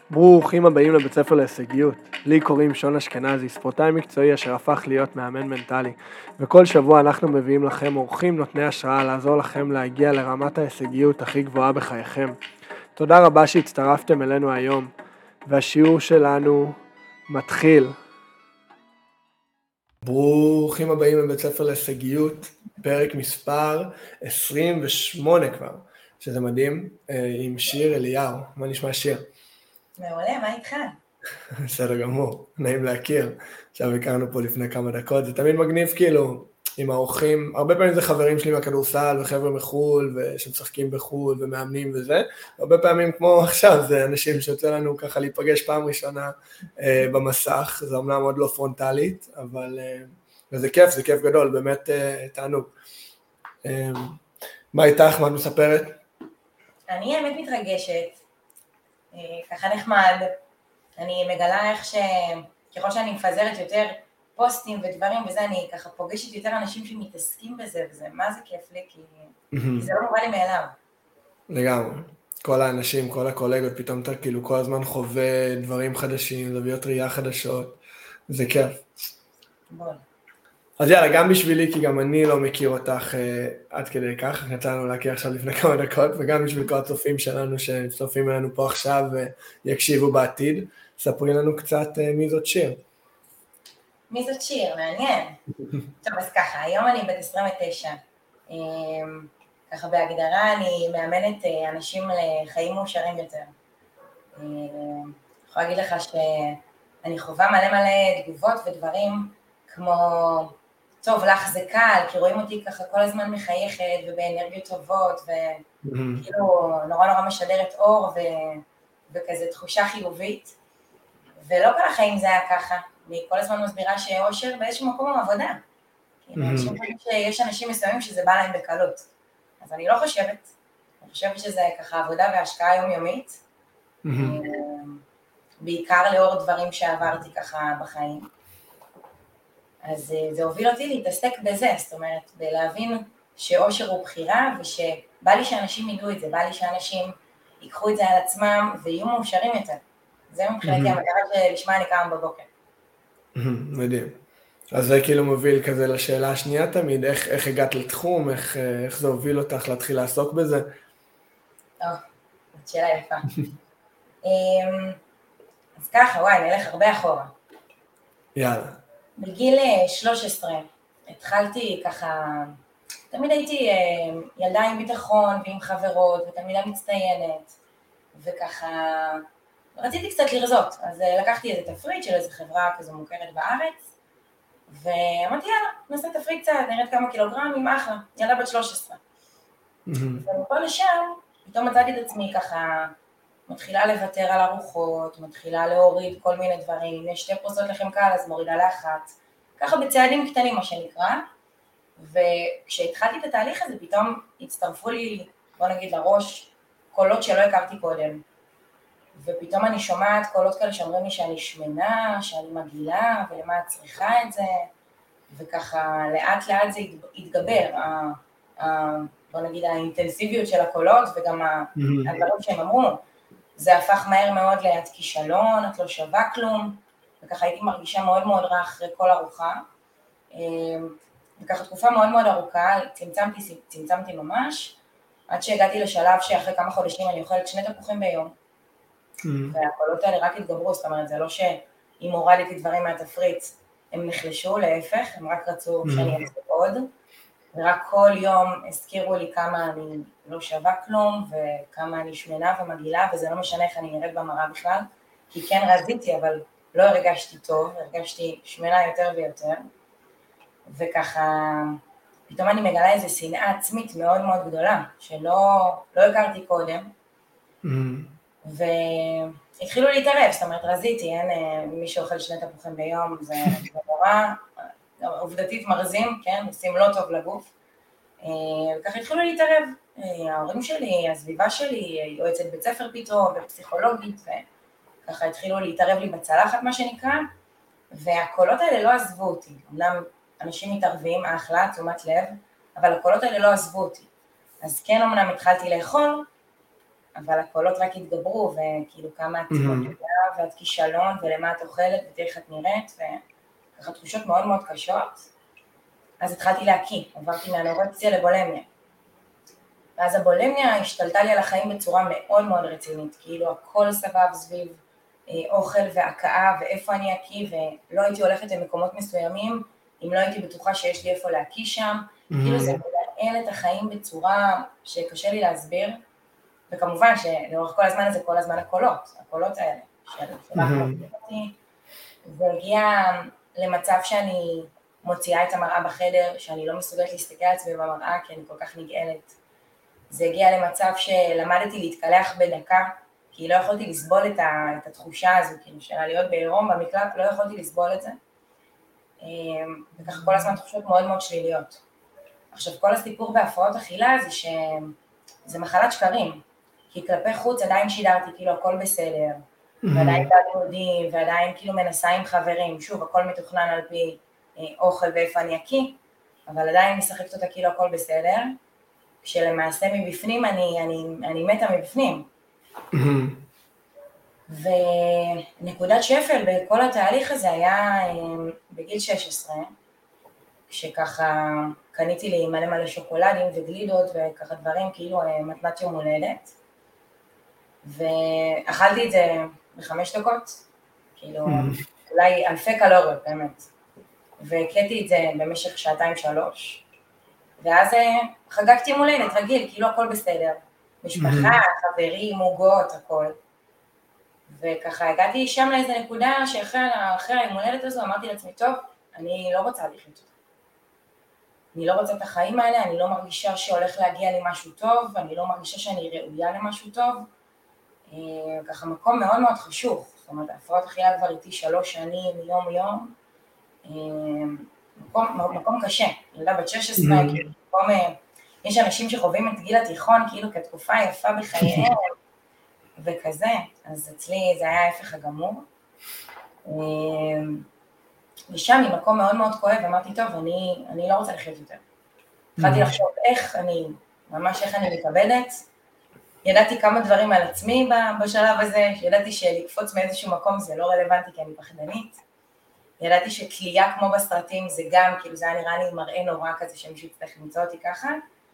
ברוכים הבאים לבית ספר להישגיות. לי קוראים שון אשכנזי, ספורטאי מקצועי אשר הפך להיות מאמן מנטלי. וכל שבוע אנחנו מביאים לכם אורחים נותני השראה לעזור לכם להגיע לרמת ההישגיות הכי גבוהה בחייכם. תודה רבה שהצטרפתם אלינו היום, והשיעור שלנו מתחיל. ברוכים הבאים לבית ספר להישגיות, פרק מספר 28 כבר, שזה מדהים, עם שיר אליהו. מה נשמע שיר? מעולה, מה איתך? בסדר גמור, נעים להכיר. עכשיו הכרנו פה לפני כמה דקות, זה תמיד מגניב כאילו עם האורחים, הרבה פעמים זה חברים שלי מהכדורסל וחבר'ה מחול שמשחקים בחול ומאמנים וזה, הרבה פעמים כמו עכשיו זה אנשים שיוצא לנו ככה להיפגש פעם ראשונה במסך, זה אומנם עוד לא פרונטלית, אבל זה כיף גדול, באמת תענוג. מה איתך, מה את מספרת? אני האמת מתרגשת, ככה נחמד, אני מגלה איך שככל שאני מפזרת יותר פוסטים ודברים וזה, אני ככה פוגשת יותר אנשים שמתעסקים בזה, וזה מה זה כיף לי, כי זה לא מובן לי מאליו. לגמרי. כל האנשים, כל הקולגות, פתאום אתה כאילו כל הזמן חווה דברים חדשים, זוויות ראייה חדשות, זה כיף. בוא. אז יאללה, גם בשבילי, כי גם אני לא מכיר אותך עד כדי כך, יצאנו להכיר עכשיו לפני כמה דקות, וגם בשביל כל הצופים שלנו שצופים אלינו פה עכשיו ויקשיבו בעתיד, ספרי לנו קצת מי זאת שיר. מי זאת שיר? מעניין. טוב, אז ככה, היום אני בת 29. ככה בהגדרה אני מאמנת אנשים לחיים מאושרים יותר. אני יכולה להגיד לך שאני חווה מלא תגובות ודברים כמו, טוב, לך זה קל, כי רואים אותי ככה כל הזמן מחייכת ובאנרגיות טובות, וכאילו נורא משדרת אור וכזה תחושה חיובית, ולא כל החיים זה היה ככה. אני כל הזמן מסבירה שאושר באיזשהו מקום עבודה. יש אנשים מסוימים שזה בא להם בקלות. אז אני לא חושבת. אני חושבת שזה ככה עבודה והשקעה יומיומית. בעיקר לאור דברים שעברתי ככה בחיים. אז זה הוביל אותי להתעסק בזה, זאת אומרת, בלהבין שאושר הוא בחירה, ושבא לי שאנשים ידעו את זה, בא לי שאנשים ייקחו את זה על עצמם ויהיו מאושרים יותר. זה מבחינתי המטרה שלשמה אני קמה בבוקר. מדהים. אז זה כאילו מוביל כזה לשאלה השנייה תמיד, איך הגעת לתחום, איך זה הוביל אותך להתחיל לעסוק בזה? זאת שאלה יפה. אז ככה, וואי, נלך הרבה אחורה. יאללה. בגיל 13 התחלתי ככה, תמיד הייתי ילדה עם ביטחון ועם חברות ותלמידה מצטיינת, וככה רציתי קצת לרזות, אז לקחתי איזה תפריט של איזו חברה כזו מוכרת בארץ, ואמרתי יאללה, נעשה תפריט קצת, נרד כמה קילוגרמים, אחלה, ילדה בת 13. ומפה לשם, פתאום מצאתי את עצמי ככה, מתחילה לוותר על ארוחות, מתחילה להוריד כל מיני דברים, אם יש 2 פרוסות לחם קל אז מורידה לאחת, ככה בצעדים קטנים מה שנקרא, וכשהתחלתי את התהליך הזה פתאום הצטרפו לי, בוא נגיד לראש, קולות שלא הכרתי קודם, ופתאום אני שומעת קולות כאלה שאומרים לי שאני שמנה, שאני מגעילה ולמה את צריכה את זה, וככה לאט זה התגבר, בוא נגיד האינטנסיביות של הקולות וגם הדברים שהם אמרו, זה הפך מהר מאוד ליד כישלון, את לא שווה כלום, וככה הייתי מרגישה מאוד רע אחרי כל ארוחה, וככה תקופה מאוד ארוכה, צמצמתי ממש, עד שהגעתי לשלב שאחרי כמה חודשים אני אוכלת 2 תפוחים ביום, והקולות האלה רק התגברו, זאת אומרת, זה לא שאם הורדתי דברים מהתפריט, הם נחלשו, להפך, הם רק רצו שאני אעשה עוד, ורק כל יום הזכירו לי כמה אני לא שווה כלום, וכמה אני שמנה ומגעילה, וזה לא משנה איך אני נראית במראה בכלל, כי כן רזיתי, אבל לא הרגשתי טוב, הרגשתי שמנה יותר ויותר, וככה, פתאום אני מגלה איזו שנאה עצמית מאוד גדולה, שלא הכרתי קודם, והתחילו להתערב, זאת אומרת, רזיתי, אין מי שאוכל 2 תפוחים ביום, זה נורא, עובדתית מרזים, כן, עושים לא טוב לגוף, וככה התחילו להתערב, ההורים שלי, הסביבה שלי, יועצת בית ספר פתאום, ופסיכולוגית, וככה התחילו להתערב לי בצלחת, מה שנקרא, והקולות האלה לא עזבו אותי, אומנם אנשים מתערבים, אחלה, תשומת לב, אבל הקולות האלה לא עזבו אותי, אז כן, אומנם התחלתי לאכול, אבל הקולות רק התגברו, וכאילו כמה את מגיעה, ואת כישלון, ולמה את אוכלת, ותראי את נראית, וככה תחושות מאוד מאוד קשות. אז התחלתי להקיא, עברתי מאנורקסיה לבולמיה. ואז הבולמיה השתלטה לי על החיים בצורה מאוד מאוד רצינית, כאילו הכל סבב סביב אוכל והקאה, ואיפה אני אקיא, ולא הייתי הולכת למקומות מסוימים, אם לא הייתי בטוחה שיש לי איפה להקיא שם, כאילו זה מנהל את החיים בצורה שקשה לי להסביר, וכמובן שלאורך כל הזמן הזה, כל הזמן הקולות האלה, זה הגיע למצב שאני מוציאה את המראה בחדר, שאני לא מסוגלת להסתכל על עצמי במראה, כי אני כל כך נגעלת. זה הגיע למצב שלמדתי להתקלח בדקה, כי לא יכולתי לסבול את התחושה הזו, כאילו של להיות בעירום במקלט, לא יכולתי לסבול את זה. וככה כל הזמן תחושות מאוד מאוד שליליות. עכשיו, כל הסיפור בהפרעות אכילה זה שזה מחלת שקרים, כי כלפי חוץ עדיין שידרתי כאילו הכל בסדר, ועדיין בעבודים, ועדיין כאילו מנסה עם חברים, שוב, הכל מתוכנן על פי אוכל ואיפה אני אקיא, אבל עדיין משחקת אותה כאילו הכל בסדר, כשלמעשה מבפנים אני מתה מבפנים. ונקודת שפל בכל התהליך הזה היה בגיל 16, כשככה קניתי לי מלא מלא שוקולדים וגלידות וככה דברים כאילו מתנת יום הולדת, ואכלתי את זה ב5 דקות, כאילו אולי אלפי קלוריות באמת, והקלטתי את זה במשך 2-3, ואז חגגתי יום הולדת רגיל, כאילו הכל בסדר, משפחה, חברים, מוגות, הכל. וככה הגעתי שם לאיזה נקודה שאחרי היום הולדת הזו אמרתי לעצמי, טוב, אני לא רוצה לחיות אותה. אני לא רוצה את החיים האלה, אני לא מרגישה שהולך להגיע לי משהו טוב, אני לא מרגישה שאני ראויה למשהו טוב. ככה מקום מאוד מאוד חשוב, זאת אומרת, הפרעות אכילה כבר איתי 3 שנים, יום. מקום קשה, ילדה בת 16, כאילו, יש אנשים שחווים את גיל התיכון כאילו כתקופה יפה בחייהם, וכזה, אז אצלי זה היה ההפך הגמור. ושם ממקום מאוד מאוד כואב, אמרתי, טוב, אני לא רוצה לחיות יותר. התחלתי לחשוב איך אני מתאבדת, ידעתי כמה דברים על עצמי בשלב הזה, ידעתי שלקפוץ מאיזשהו מקום זה לא רלוונטי כי אני פחדנית, ידעתי שתלייה כמו בסרטים זה גם, כאילו זה היה נראה לי מראה נורא כזה שמישהו יצטרך למצוא אותי ככה,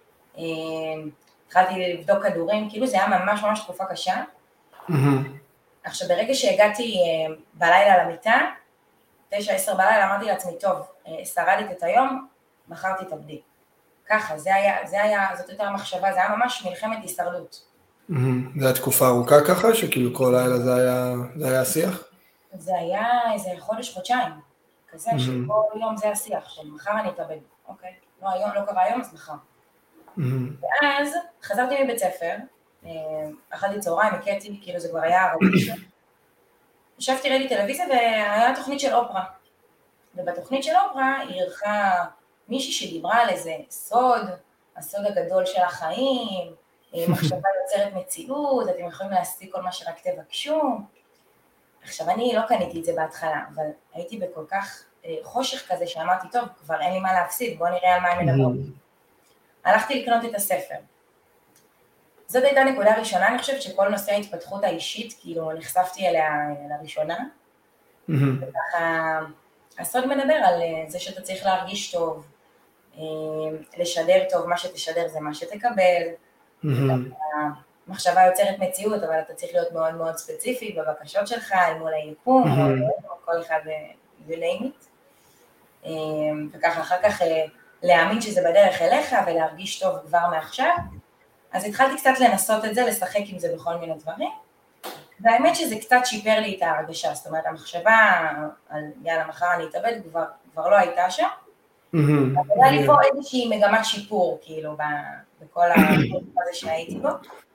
התחלתי לבדוק כדורים, כאילו זה היה ממש ממש תקופה קשה. עכשיו ברגע שהגעתי בלילה למיטה, 9-10 בלילה, אמרתי לעצמי, טוב, שרדת את היום, מחר תתאבדי. ככה, זאת הייתה המחשבה, זה היה ממש מלחמת הישרדות. זה היה תקופה ארוכה ככה, שכאילו כל לילה זה היה השיח? זה היה איזה חודש-חודשיים, כזה שכל יום זה השיח, שמחר אני אתאבד, אוקיי, לא קרה היום, אז מחר. ואז חזרתי מבית ספר, אכלתי צהריים, הקטי, כאילו זה כבר היה רגיש. ישבתי ראיתי טלוויזיה והיה תוכנית של אופרה. ובתוכנית של אופרה היא ערכה מישהי שדיברה על איזה הסוד הגדול של החיים, מחשבה יוצרת מציאות, אתם יכולים להשיג כל מה שרק תבקשו. עכשיו אני לא קניתי את זה בהתחלה, אבל הייתי בכל כך חושך כזה שאמרתי, טוב, כבר אין לי מה להפסיד, בוא נראה על מה הם מדברות. הלכתי לקנות את הספר. זאת הייתה נקודה ראשונה, אני חושבת שכל נושא ההתפתחות האישית, כאילו נחשפתי אליה לראשונה, וככה הסוד מדבר על זה שאתה צריך להרגיש טוב, לשדר טוב, מה שתשדר זה מה שתקבל, המחשבה יוצרת מציאות, אבל אתה צריך להיות מאוד מאוד ספציפי בבקשות שלך, מול היקום, או כל אחד ולאמית, וככה אחר כך להאמין שזה בדרך אליך ולהרגיש טוב כבר מעכשיו, אז התחלתי קצת לנסות את זה, לשחק עם זה בכל מיני דברים, והאמת שזה קצת שיפר לי את ההרגשה, זאת אומרת, המחשבה על יאללה מחר אני אתאבד כבר לא הייתה שם, אבל היה לי פה איזושהי מגמת שיפור, כאילו, בכל הזה שהייתי בו,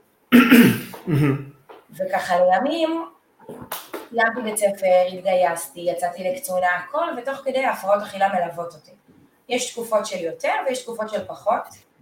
וככה לימים, סיימתי בית ספר, התגייסתי, יצאתי לקצונה, הכל, ותוך כדי ההפרעות אכילה מלוות אותי. יש תקופות של יותר ויש תקופות של פחות,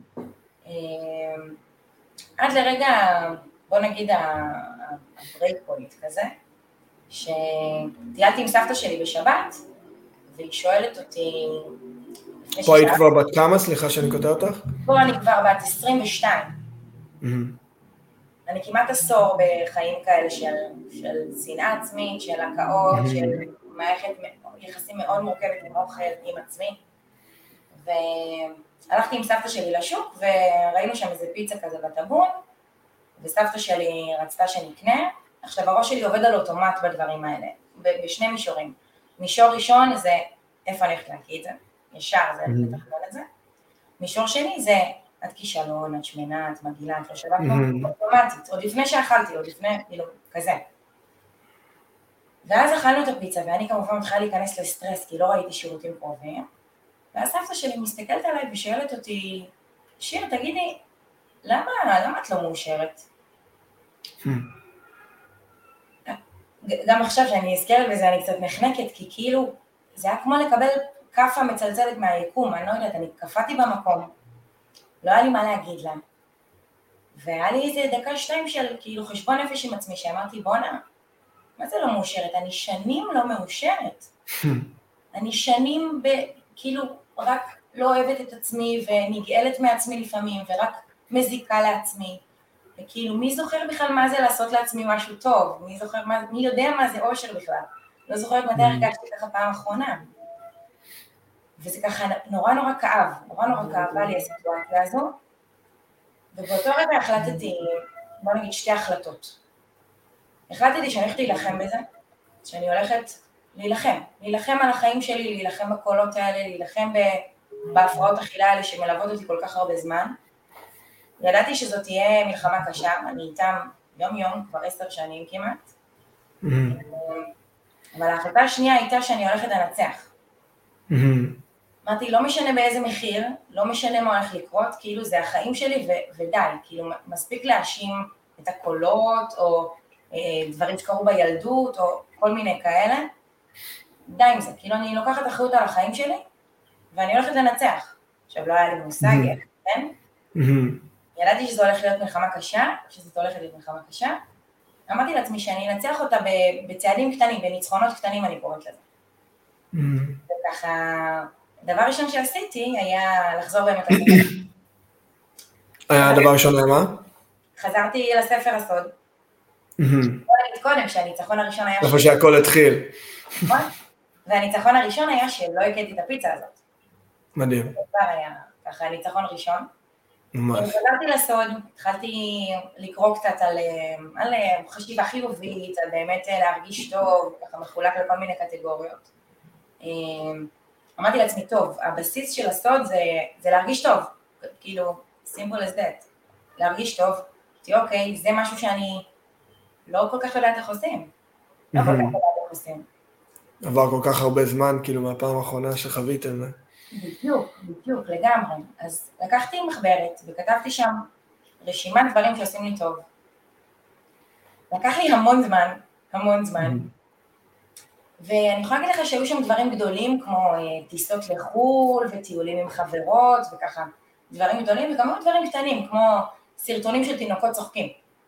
עד לרגע, בוא נגיד הברייק פוינט כזה, שטיילתי עם סבתא שלי בשבת, והיא שואלת אותי... פה היית כבר בת כמה? סליחה שאני קוטע אותך? פה אני כבר בת 22. אני כמעט עשור בחיים כאלה של שנאה עצמית, של הקאות, של מערכת יחסים מאוד מורכבת עם אוכל, עם עצמי. והלכתי עם סבתא שלי לשוק, וראינו שם איזה פיצה כזה בטבון, וסבתא שלי רצתה שנקנה. עכשיו, הראש שלי עובד על אוטומט בדברים האלה, בשני מישורים. מישור ראשון זה איפה אני הולכת להקיא את זה, ישר זה לתכנון את זה. מישור שני זה את כישלון, את שמנה, את מגעילה, את לא שווה כמו אוטומטית, עוד לפני שאכלתי, עוד לפני, כאילו, כזה. ואז אכלנו את הפיצה, ואני כמובן מתחילה להיכנס לסטרס, כי לא ראיתי שירותים קרובים, ואז סבתא שלי מסתכלת עליי ושואלת אותי, שיר, תגידי, למה את לא מאושרת? גם עכשיו שאני אזכרת בזה, אני קצת נחנקת, כי כאילו, זה היה כמו לקבל קפה מצלצלת מהיקום, אני לא יודעת, אני קפאתי במקום, לא היה לי מה להגיד לה. והיה לי איזה דקה שתיים של כאילו חשבון נפש עם עצמי, שאמרתי, בונה, מה זה לא מאושרת? אני שנים לא מאושרת. אני שנים כאילו רק לא אוהבת את עצמי, ונגאלת מעצמי לפעמים, ורק מזיקה לעצמי. וכאילו, מי זוכר בכלל מה זה לעשות לעצמי משהו טוב? מי יודע מה זה אושר בכלל? לא זוכרת מתי הרגשתי ככה פעם אחרונה. וזה ככה נורא כאב, נורא כאבה לי הסיטואציה הזו. ובאותו רגע החלטתי, בוא נגיד שתי החלטות. החלטתי שאני הולכת להילחם בזה, שאני הולכת להילחם על החיים שלי, להילחם בקולות האלה, להילחם בהפרעות אכילה האלה שמלוות אותי כל כך הרבה זמן. ידעתי שזאת תהיה מלחמה קשה, אני איתם יום כבר 10 שנים כמעט. אבל ההחלטה השנייה הייתה שאני הולכת לנצח. אמרתי, לא משנה באיזה מחיר, לא משנה מה הולך לקרות, כאילו זה החיים שלי ודי, כאילו מספיק להאשים את הקולות, או דברים שקרו בילדות, או כל מיני כאלה, די עם זה, כאילו אני לוקחת אחריות על החיים שלי, ואני הולכת לנצח. עכשיו לא היה לי מושג, כן? ידעתי שזו הולכת להיות מלחמה קשה, שזאת הולכת להיות מלחמה קשה, אמרתי לעצמי שאני אנצח אותה בצעדים קטנים, בניצחונות קטנים אני קוראת לזה. וככה, דבר ראשון שעשיתי היה לחזור באמת לספר. הדבר ראשון היה מה? חזרתי לספר הסוד. בוא נגיד קודם שהניצחון הראשון היה... איפה שהכל התחיל. והניצחון הראשון היה שלא הכיתי את הפיצה הזאת. מדהים. זה כבר היה ככה ניצחון ראשון. ממש. חזרתי לסוד, התחלתי לקרוא קצת על חשיבה חיובית, על באמת להרגיש טוב, ככה מחולק לכל מיני קטגוריות. אמרתי לעצמי, טוב, הבסיס של הסוד זה להרגיש טוב, כאילו, simple as that, להרגיש טוב, אוקיי, זה משהו שאני לא כל כך יודעת איך עושים, לא כל כך יודעת איך עושים. עבר כל כך הרבה זמן, כאילו, מהפעם האחרונה שחוויתם. בדיוק, לגמרי. אז לקחתי מחברת וכתבתי שם רשימת דברים שעושים לי טוב. לקח לי המון זמן. ואני יכולה להגיד לך שהיו שם דברים גדולים, כמו טיסות לחול וטיולים עם חברות וככה, דברים גדולים, וגם היו דברים קטנים, כמו סרטונים של תינוקות צוחקים.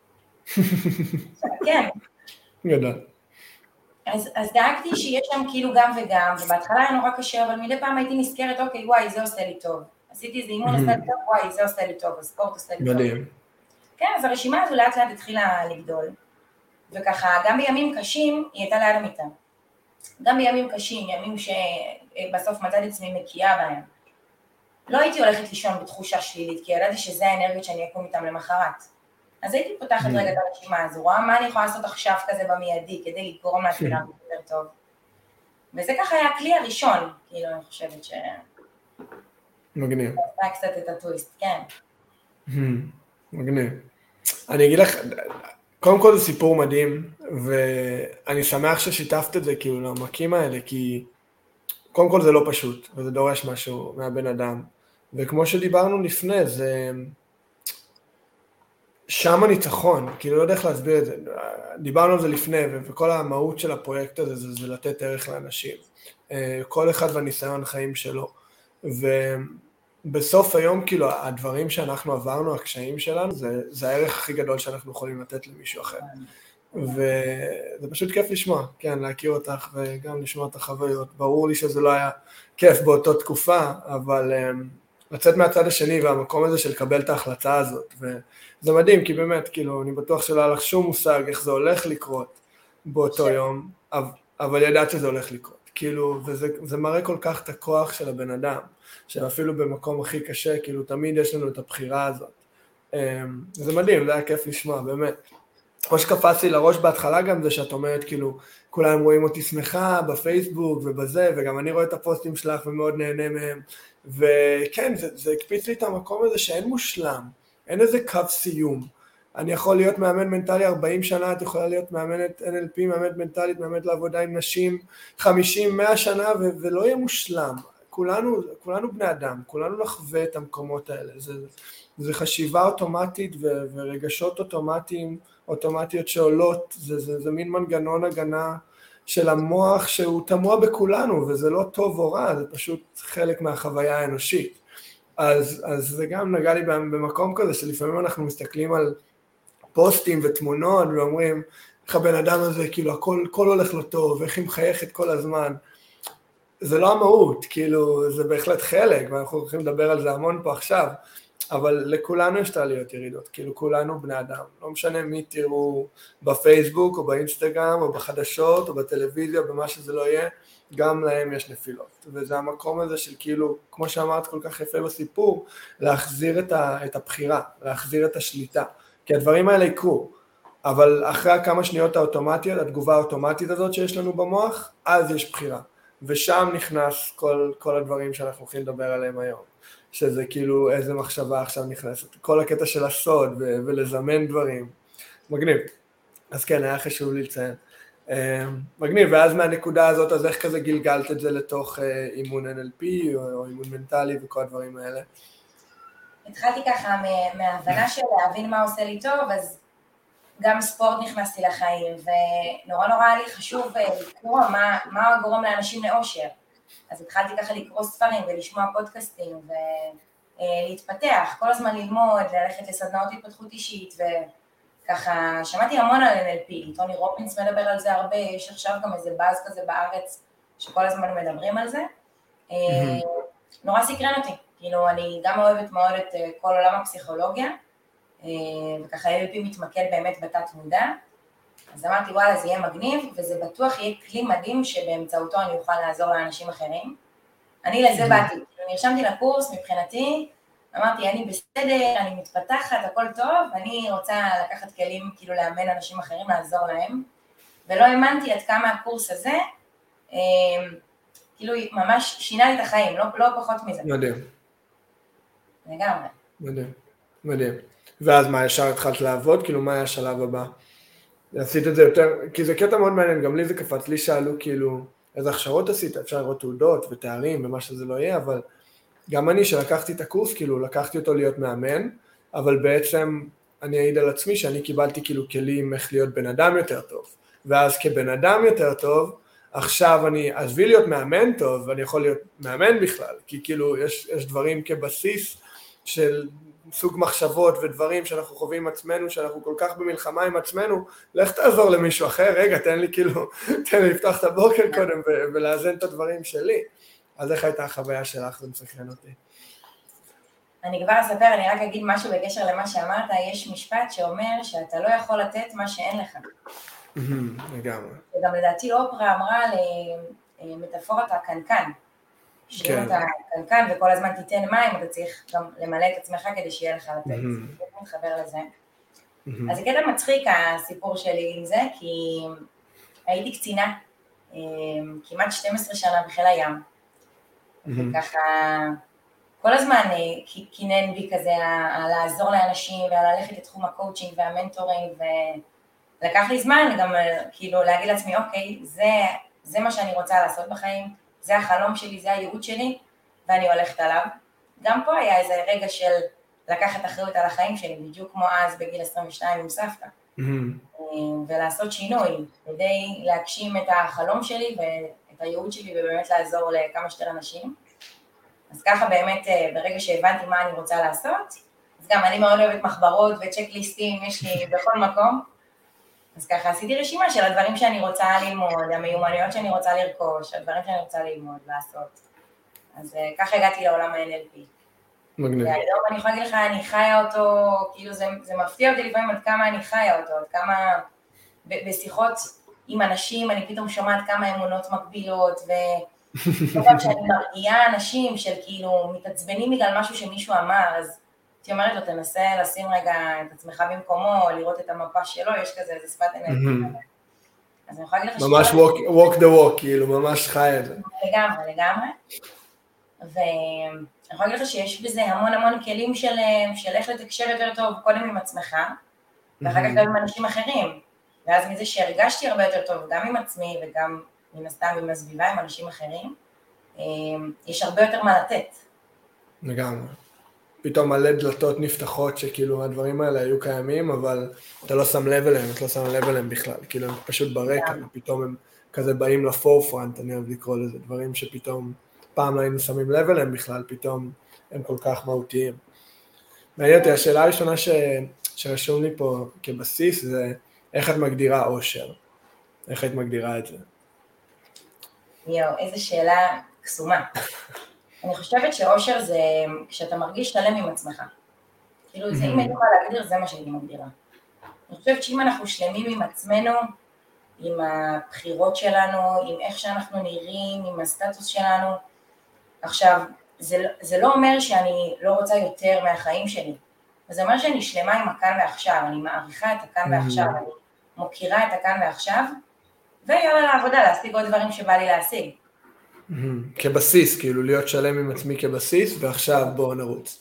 כן. גדול. אז דאגתי שיש שם כאילו גם וגם, ובהתחלה היה נורא קשה, אבל מדי פעם הייתי נזכרת, אוקיי, וואי, זה עושה לי טוב. עשיתי איזה אימון, עושה לי טוב, וואי, זה עושה לי טוב, הספורט עושה לי טוב. מדהים. כן, אז הרשימה הזו לאט לאט התחילה לגדול, וככה, גם בימים קשים, היא הייתה ליד המיטה. גם בימים קשים, ימים שבסוף מצאתי עצמי מקיאה בהם. לא הייתי הולכת לישון בתחושה שלילית, כי ידעתי שזה האנרגיות שאני אקום איתם למחרת. אז הייתי פותחת רגע את הרשימה הזו, רואה מה אני יכולה לעשות עכשיו כזה במיידי, כדי לגרום להתחילה יותר טוב. וזה ככה היה הכלי הראשון, כאילו אני חושבת ש... מגניב. עושה קצת את הטוויסט, כן. מגניב. אני אגיד לך, קודם כל זה סיפור מדהים, ואני שמח ששיתפת את זה כאילו לעומקים האלה, כי קודם כל זה לא פשוט, וזה דורש משהו מהבן אדם. וכמו שדיברנו לפני, זה... שם הניצחון, כאילו לא יודע איך להסביר את זה, דיברנו על זה לפני, וכל המהות של הפרויקט הזה זה לתת ערך לאנשים, כל אחד והניסיון חיים שלו, ובסוף היום כאילו הדברים שאנחנו עברנו, הקשיים שלנו, זה הערך הכי גדול שאנחנו יכולים לתת למישהו אחר, וזה פשוט כיף לשמוע, כן, להכיר אותך וגם לשמוע את החוויות, ברור לי שזה לא היה כיף באותה תקופה, אבל לצאת מהצד השני והמקום הזה של לקבל את ההחלטה הזאת, וזה מדהים, כי באמת, כאילו, אני בטוח שלא היה לך שום מושג איך זה הולך לקרות באותו יום, אבל ידעת שזה הולך לקרות, כאילו, וזה מראה כל כך את הכוח של הבן אדם, שאפילו במקום הכי קשה, כאילו, תמיד יש לנו את הבחירה הזאת. זה מדהים, זה היה כיף לשמוע, באמת. מה שקפצתי לראש בהתחלה גם זה שאת אומרת, כאילו, כולם רואים אותי שמחה בפייסבוק ובזה, וגם אני רואה את הפוסטים שלך ומאוד נהנה מהם, וכן, זה הקפיץ לי את המקום הזה שאין מושלם, אין איזה קו סיום. אני יכול להיות מאמן מנטלי 40 שנה, את יכולה להיות מאמנת NLP, מאמנת מנטלית, מאמנת לעבודה עם נשים 50, 100 שנה, ולא יהיה מושלם. כולנו בני אדם, כולנו נחווה את המקומות האלה. זה חשיבה אוטומטית ורגשות אוטומטיות שעולות, זה מין מנגנון הגנה של המוח שהוא תמוה בכולנו, וזה לא טוב או רע, זה פשוט חלק מהחוויה האנושית. אז זה גם נגע לי במקום כזה, שלפעמים אנחנו מסתכלים על פוסטים ותמונות, ואומרים, איך הבן אדם הזה, כאילו, הכל הולך לו טוב, איך היא מחייכת כל הזמן. זה לא המהות, כאילו, זה בהחלט חלק, ואנחנו הולכים לדבר על זה המון פה עכשיו, אבל לכולנו יש תעליות ירידות, כאילו כולנו בני אדם, לא משנה מי תראו בפייסבוק או באינסטגרם או בחדשות או בטלוויזיה, במה שזה לא יהיה, גם להם יש נפילות, וזה המקום הזה של כאילו, כמו שאמרת כל כך יפה בסיפור, להחזיר את הבחירה, להחזיר את השליטה, כי הדברים האלה יקרו, אבל אחרי כמה שניות האוטומטיות, התגובה האוטומטית הזאת שיש לנו במוח, אז יש בחירה, ושם נכנס כל הדברים שאנחנו הולכים לדבר עליהם היום. שזה כאילו איזה מחשבה עכשיו נכנסת, כל הקטע של הסוד ולזמן דברים, מגניב, אז כן, היה חשוב לי לציין, מגניב, ואז מהנקודה הזאת, אז איך כזה גלגלת את זה לתוך אימון NLP או אימון מנטלי וכל הדברים האלה? התחלתי ככה מההבנה של להבין מה עושה לי טוב, אז גם ספורט נכנסתי לחיים, ונורא היה לי חשוב לקרוא מה גורם לאנשים לאושר. אז התחלתי ככה לקרוא ספרים ולשמוע פודקאסטים ולהתפתח, כל הזמן ללמוד, ללכת לסדנאות התפתחות אישית, וככה שמעתי המון על NLP, טוני רובינס מדבר על זה הרבה, יש עכשיו גם איזה באז כזה בארץ שכל הזמן מדברים על זה, נורא סקרן אותי, כאילו אני גם אוהבת מאוד את כל עולם הפסיכולוגיה, וככה NLP מתמקד באמת בתת מודע, אז אמרתי, וואלה, זה יהיה מגניב, וזה בטוח יהיה כלי מדהים שבאמצעותו אני אוכל לעזור לאנשים אחרים. אני לזה באתי, נרשמתי לקורס מבחינתי, אמרתי, אני בסדר, אני מתפתחת, הכל טוב, אני רוצה לקחת כלים, כאילו לאמן אנשים אחרים, לעזור להם, ולא האמנתי עד כמה הקורס הזה, כאילו ממש שינה לי את החיים, לא פחות מזה. מדהים. לגמרי. מדהים. ואז מה, ישר התחלת לעבוד? כאילו, מה היה השלב הבא? עשית את זה יותר, כי זה קטע מאוד מעניין, גם לי זה קפץ, לי שאלו כאילו, איזה הכשרות עשית, אפשר לראות תעודות ותארים ומה שזה לא יהיה, אבל גם אני שלקחתי את הקורס, כאילו לקחתי אותו להיות מאמן, אבל בעצם אני אעיד על עצמי שאני קיבלתי כאילו כלים איך להיות בן אדם יותר טוב, ואז כבן אדם יותר טוב, עכשיו אני עזבי להיות מאמן טוב, ואני יכול להיות מאמן בכלל, כי כאילו יש דברים כבסיס של סוג מחשבות ודברים שאנחנו חווים עצמנו, שאנחנו כל כך במלחמה עם עצמנו, לך תעזור למישהו אחר, רגע, תן לי לפתוח את הבוקר קודם ולאזן את הדברים שלי. אז איך הייתה החוויה שלך? זה מסקרן אותי. אני כבר אספר, אני רק אגיד משהו בקשר למה שאמרת, יש משפט שאומר שאתה לא יכול לתת מה שאין לך. לגמרי. וגם לדעתי אופרה אמרה למטאפורת הקנקן, שאם אתה קנקן וכל הזמן תיתן מים, אתה צריך גם למלא את עצמך כדי שיהיה לך לתת. זה מתחבר לזה. אז זה קטע מצחיק הסיפור שלי עם זה, כי הייתי קצינה כמעט 12 שנה בחיל הים, וככה כל הזמן כינן בי כזה לעזור לאנשים וללכת לתחום הקואוצ'ינג והמנטורינג, ולקח לי זמן גם כאילו להגיד לעצמי, אוקיי, זה מה שאני רוצה לעשות בחיים, זה החלום שלי, זה הייעוד שלי, ואני הולכת עליו. גם פה היה איזה רגע של לקחת אחריות על החיים שלי, בדיוק כמו אז בגיל 22 עם סבתא, ולעשות שינוי, כדי להגשים את החלום שלי ואת הייעוד שלי, ובאמת לעזור לכמה שיותר אנשים. אז ככה באמת, ברגע שהבנתי מה אני רוצה לעשות, אז גם אני מאוד אוהבת מחברות וצ'קליסטים, יש לי בכל מקום, אז ככה עשיתי רשימה של הדברים שאני רוצה ללמוד, המיומנויות שאני רוצה לרכוש, הדברים שאני רוצה ללמוד, לעשות. אז ככה הגעתי לעולם ה-NLP. מגניב. והיום אני יכולה להגיד לך, אני חיה אותו, כאילו זה מפתיע אותי לפעמים עד כמה אני חיה אותו, עד כמה בשיחות עם אנשים אני פתאום שומעת כמה אמונות מקבילות, וכל פעם שאני מרגיעה אנשים של כאילו מתעצבנים בגלל משהו שמישהו אמר, אז הייתי אומרת לו, תנסה לשים רגע את עצמך במקומו, לראות את המפה שלו, יש כזה איזה שפת אנרגיה. אז אני יכולה להגיד לך ממש walk the walk, כאילו, ממש חי את זה. לגמרי, לגמרי. ואני יכולה להגיד לך שיש בזה המון המון כלים של איך לתקשר יותר טוב, קודם עם עצמך, ואחר כך גם עם אנשים אחרים. ואז מזה שהרגשתי הרבה יותר טוב, גם עם עצמי וגם מן הסתם עם הסביבה, עם אנשים אחרים, יש הרבה יותר מה לתת. לגמרי. פתאום מלא דלתות נפתחות שכאילו הדברים האלה היו קיימים, אבל אתה לא שם לב אליהם, אתה לא שם לב אליהם בכלל, כאילו הם פשוט ברקע, ופתאום הם כזה באים לפורפרנט, אני אוהב לקרוא לזה, דברים שפתאום פעם לא היינו שמים לב אליהם בכלל, פתאום הם כל כך מהותיים. מעניין אותי, השאלה הראשונה שרשום לי פה כבסיס זה, איך את מגדירה אושר? איך את מגדירה את זה? איזו שאלה קסומה. אני חושבת שאושר זה כשאתה מרגיש שלם עם עצמך. כאילו, זה אם הייתי יכולה להגדיר, זה מה שהייתי מגדירה. אני חושבת שאם אנחנו שלמים עם עצמנו, עם הבחירות שלנו, עם איך שאנחנו נראים, עם הסטטוס שלנו, עכשיו, זה לא אומר שאני לא רוצה יותר מהחיים שלי. זה אומר שאני שלמה עם הכאן ועכשיו, אני מעריכה את הכאן ועכשיו, אני מוקירה את הכאן ועכשיו, ויאללה לעבודה, להשיג עוד דברים שבא לי להשיג. כבסיס, כאילו להיות שלם עם עצמי כבסיס, ועכשיו בואו נרוץ.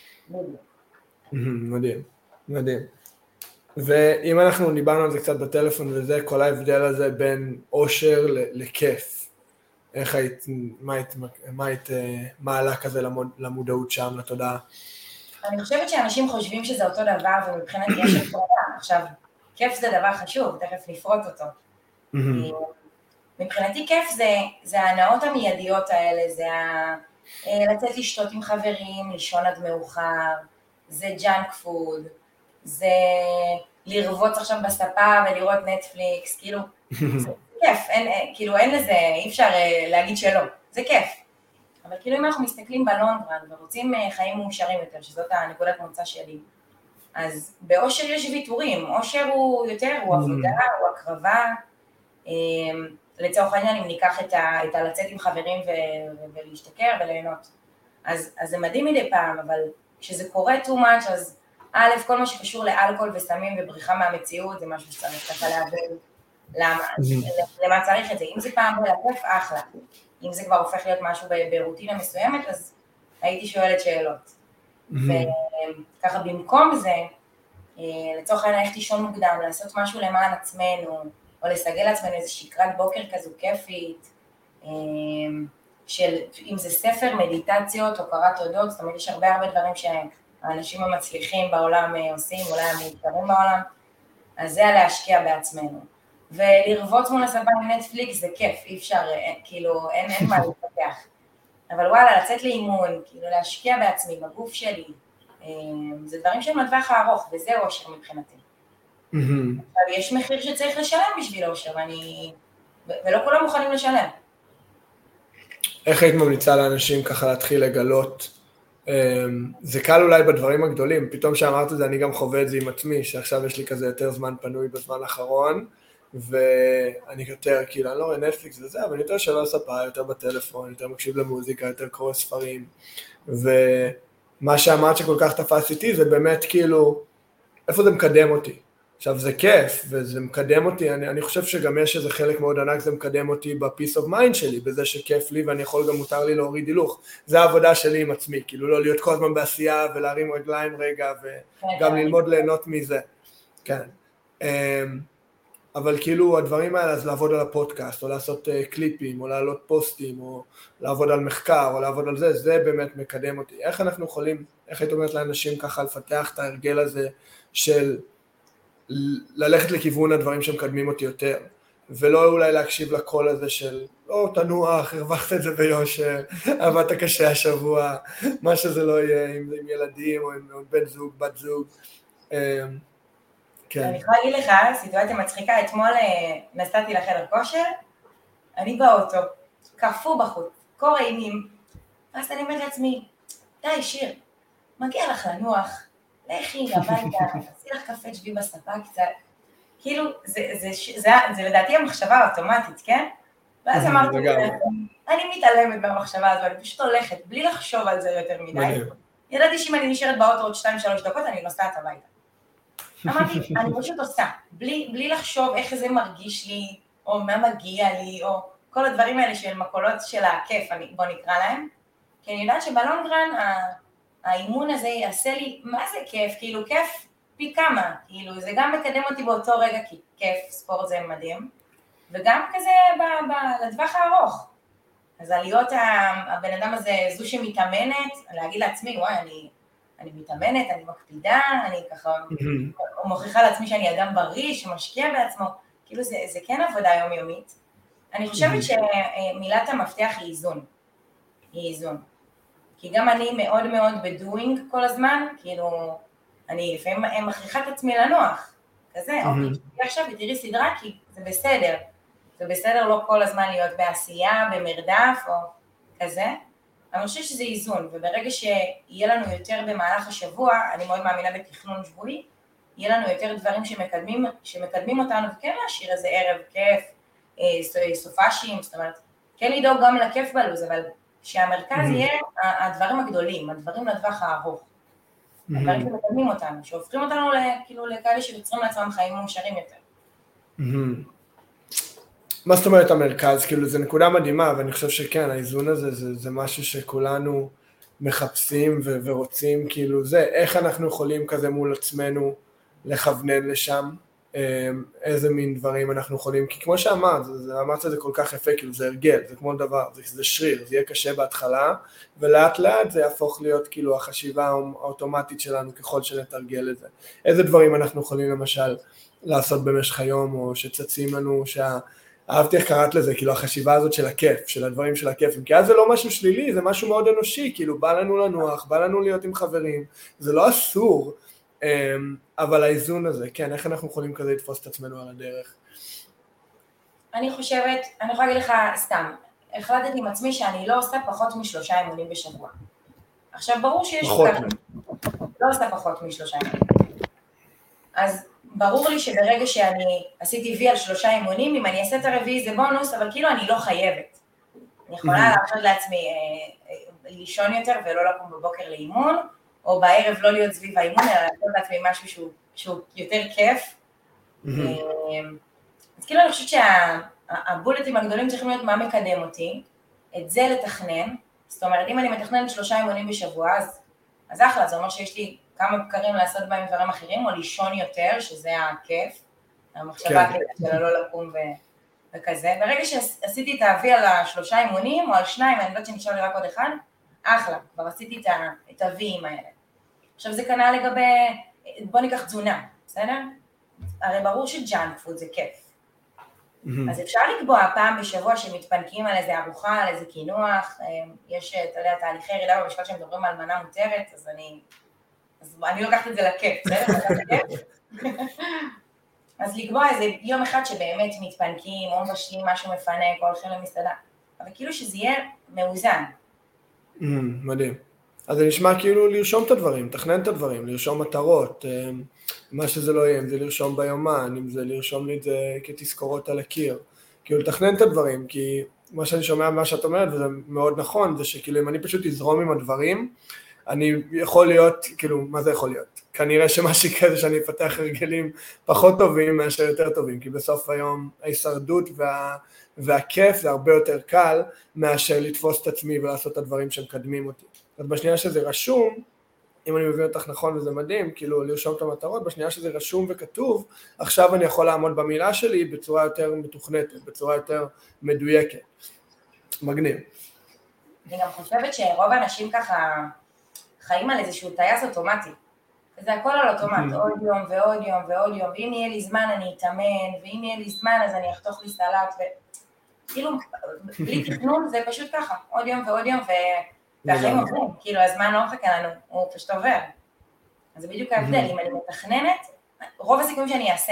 מדהים, מדהים. ואם אנחנו דיברנו על זה קצת בטלפון וזה, כל ההבדל הזה בין אושר לכיף, איך היית, מה היית מעלה כזה למודעות שם, לתודעה? אני חושבת שאנשים חושבים שזה אותו דבר, ומבחינת יש הפרדה. עכשיו, כיף זה דבר חשוב, תכף נפרוט אותו. מבחינתי כיף זה ההנאות המיידיות האלה, זה לצאת לשתות עם חברים, לישון עד מאוחר, זה ג'אנק פוד, זה לרבוץ עכשיו בספה ולראות נטפליקס, כאילו, זה כיף, כאילו אין לזה, אי אפשר להגיד שלא, זה כיף. אבל כאילו אם אנחנו מסתכלים בלונגרן ורוצים חיים מאושרים יותר, שזאת הנקודת מוצא שלי, אז באושר יש ויתורים, אושר הוא יותר, הוא עבודה, הוא הקרבה, לצורך העניין אם ניקח את הלצאת עם חברים ולהשתכר וליהנות. אז זה מדהים מדי פעם, אבל כשזה קורה too much, אז א', כל מה שקשור לאלכוהול וסמים ובריחה מהמציאות, זה משהו שצריך ככה להבין למה צריך את זה. אם זה פעם בלכיף, אחלה. אם זה כבר הופך להיות משהו ברוטינה מסוימת, אז הייתי שואלת שאלות. וככה במקום זה, לצורך העניין איך לישון מוקדם, לעשות משהו למען עצמנו, או לסגל לעצמנו איזו שקרת בוקר כזו כיפית, של אם זה ספר, מדיטציות או קראת תודות, זאת אומרת יש הרבה דברים שהאנשים המצליחים בעולם עושים, אולי המאותרים בעולם, אז זה להשקיע בעצמנו. ולרבוץ מול הספה עם נטפליקס זה כיף, אי אפשר, כאילו אין מה להתפתח. אבל וואלה, לצאת לאימון, כאילו להשקיע בעצמי, בגוף שלי, זה דברים שהם לטווח הארוך, וזה אושר מבחינתי. אבל יש מחיר שצריך לשלם בשביל אושר, ולא כולם מוכנים לשלם. איך היית ממליצה לאנשים ככה להתחיל לגלות? זה קל אולי בדברים הגדולים, פתאום שאמרת את זה אני גם חווה את זה עם עצמי, שעכשיו יש לי כזה יותר זמן פנוי בזמן האחרון, ואני יותר, כאילו, אני לא רואה נטפליקס וזה, אבל אני יותר שלא ספה, יותר בטלפון, יותר מקשיב למוזיקה, יותר קורא ספרים, ומה שאמרת שכל כך תפס איתי זה באמת כאילו, איפה זה מקדם אותי? עכשיו זה כיף, וזה מקדם אותי, אני חושב שגם יש איזה חלק מאוד ענק, זה מקדם אותי ב-peace of mind שלי, בזה שכיף לי ואני יכול גם מותר לי להוריד הילוך, זה העבודה שלי עם עצמי, כאילו לא להיות כל הזמן בעשייה ולהרים רגליים רגע, וגם ללמוד ליהנות מזה, כן. אבל כאילו הדברים האלה, אז לעבוד על הפודקאסט, או לעשות קליפים, או לעלות פוסטים, או לעבוד על מחקר, או לעבוד על זה, זה באמת מקדם אותי. איך אנחנו יכולים, איך היית אומרת לאנשים ככה לפתח את ההרגל הזה של ללכת לכיוון הדברים שמקדמים אותי יותר, ולא אולי להקשיב לקול הזה של, לא, תנוח, הרווחת את זה ביושר, עבדת קשה השבוע, מה שזה לא יהיה, אם זה עם ילדים, או עם בן זוג, בת זוג. כן. אני יכולה להגיד לך, סיטואציה מצחיקה, אתמול נסעתי לחדר כושר, אני באוטו, קפוא בחוץ, קור אימים, אז אני אומרת לעצמי, די שיר, מגיע לך לנוח, לכי הביתה, תעשי לך קפה, שבי בספה קצת, כאילו, זה לדעתי המחשבה האוטומטית, כן? ואז אמרתי, אני מתעלמת מהמחשבה הזו, אני פשוט הולכת, בלי לחשוב על זה יותר מדי. ידעתי שאם אני נשארת באוטו עוד 2-3 דקות, אני נוסעת הביתה. אמרתי, אני פשוט עושה, בלי לחשוב איך זה מרגיש לי, או מה מגיע לי, או כל הדברים האלה של מקולות של הכיף, בוא נקרא להם, כי אני יודעת שבלונגרן, האימון הזה יעשה לי, מה זה כיף? כאילו, כיף פי כמה, כאילו, זה גם מקדם אותי באותו רגע, כי כיף, ספורט זה מדהים, וגם כזה לטווח הארוך. אז להיות הבן אדם הזה, זו שמתאמנת, להגיד לעצמי, וואי, אני מתאמנת, אני מקפידה, אני ככה, מוכיחה לעצמי שאני אדם בריא, שמשקיע בעצמו, כאילו זה כן עבודה יומיומית. אני חושבת שמילת המפתח היא איזון. היא איזון. כי גם אני מאוד מאוד בדואינג כל הזמן, כאילו, אני לפעמים מכריחה את עצמי לנוח, כזה, אוקיי, עכשיו תראי סדרה, כי זה בסדר. זה בסדר לא כל הזמן להיות בעשייה, במרדף או כזה, אבל אני חושבת שזה איזון, וברגע שיהיה לנו יותר במהלך השבוע, אני מאוד מאמינה בתכנון שבועי, יהיה לנו יותר דברים שמקדמים אותנו, וכן להשאיר איזה ערב כיף, סופאשים, זאת אומרת, כן לדאוג גם לכיף בלוז, אבל שהמרכז יהיה הדברים הגדולים, הדברים לטווח הארוך, הדברים שמקדמים אותנו, שהופכים אותנו כאילו לכאלה שיוצרים לעצמם חיים מאושרים יותר. מה זאת אומרת המרכז? כאילו זה נקודה מדהימה, ואני חושב שכן, האיזון הזה זה משהו שכולנו מחפשים ורוצים, כאילו זה, איך אנחנו יכולים כזה מול עצמנו לכוונן לשם, איזה מין דברים אנחנו יכולים, כי כמו שאמרת, אמרת זה כל כך יפה, כאילו זה הרגל, זה כמו דבר, זה שריר, זה יהיה קשה בהתחלה, ולאט לאט זה יהפוך להיות כאילו החשיבה האוטומטית שלנו ככל שנתרגל את זה. איזה דברים אנחנו יכולים למשל לעשות במשך היום, או שצצים לנו, אהבתי איך קראת לזה, כאילו החשיבה הזאת של הכיף, של הדברים של הכיף, כי אז זה לא משהו שלילי, זה משהו מאוד אנושי, כאילו בא לנו לנוח, בא לנו להיות עם חברים, זה לא אסור, אבל האיזון הזה, כן, איך אנחנו יכולים כזה לתפוס את עצמנו על הדרך? אני חושבת, אני יכולה להגיד לך סתם, החלטתי עם עצמי שאני לא עושה פחות מ3 אימונים בשבוע. עכשיו ברור שיש כאן, לא עושה פחות מ3 אימונים. אז ברור לי שברגע שאני עשיתי וי על 3 אימונים, אם אני אעשה את הרביעי זה בונוס, אבל כאילו אני לא חייבת. אני יכולה להרשות לעצמי לישון יותר ולא לקום בבוקר לאימון, או בערב לא להיות סביב האימון, אלא לעשות לעצמי משהו שהוא יותר כיף. אז כאילו אני חושבת שהבולטים הגדולים צריכים להיות מה מקדם אותי, את זה לתכנן, זאת אומרת אם אני מתכננת 3 אימונים בשבוע, אז אחלה, זה אומר שיש לי כמה בקרים לעשות בהם דברים אחרים, או לישון יותר, שזה הכיף, המחשבה הכיף של לא לקום וכזה. ברגע שעשיתי את האבי על 3 אימונים, או על 2, אני יודעת שנשאר לי רק עוד 1, אחלה, כבר עשיתי את האביים האלה. עכשיו זה כנ"ל לגבי, בוא ניקח תזונה, בסדר? הרי ברור שג'אנק פוד זה כיף. אז אפשר לקבוע פעם בשבוע שמתפנקים על איזה ארוחה, על איזה קינוח, יש, אתה יודע, תהליכי ירידה במשקל שמדברים על מנה מותרת, אז אני לוקחת את זה לכיף, בסדר? אז לקבוע איזה יום אחד שבאמת מתפנקים, או מבשלים משהו מפנק, או הולכים למסעדה, אבל כאילו שזה יהיה מאוזן. מדהים. אז זה נשמע כאילו לרשום את הדברים, תכנן את הדברים, לרשום מטרות, מה שזה לא יהיה, אם זה לרשום ביומן, אם זה לרשום לי את זה כתזכורות על הקיר, כאילו לתכנן את הדברים, כי מה שאני שומע מה שאת אומרת, וזה מאוד נכון, זה שכאילו אם אני פשוט אזרום עם הדברים, אני יכול להיות, כאילו, מה זה יכול להיות? כנראה שמה שיקרה זה שאני אפתח הרגלים פחות טובים מאשר יותר טובים, כי בסוף היום ההישרדות והכיף זה הרבה יותר קל מאשר לתפוס את עצמי ולעשות את הדברים שמקדמים אותי. אז בשנייה שזה רשום, אם אני מבין אותך נכון וזה מדהים, כאילו לרשום את המטרות, בשנייה שזה רשום וכתוב, עכשיו אני יכול לעמוד במילה שלי בצורה יותר מתוכנתת, בצורה יותר מדויקת. מגניב. אני גם חושבת שרוב האנשים ככה חיים על איזשהו טייס אוטומטי. וזה הכל על אוטומט, עוד יום ועוד יום ועוד יום, ואם יהיה לי זמן אני אתאמן, ואם יהיה לי זמן אז אני אחתוך לי סלט, וכאילו, בלי תכנון זה פשוט ככה, עוד יום ועוד יום, והחיים עוברים, כאילו הזמן לא מחכה לנו, הוא פשוט עובר. אז זה בדיוק ההבדל, אם אני מתכננת, רוב הסיכויים שאני אעשה.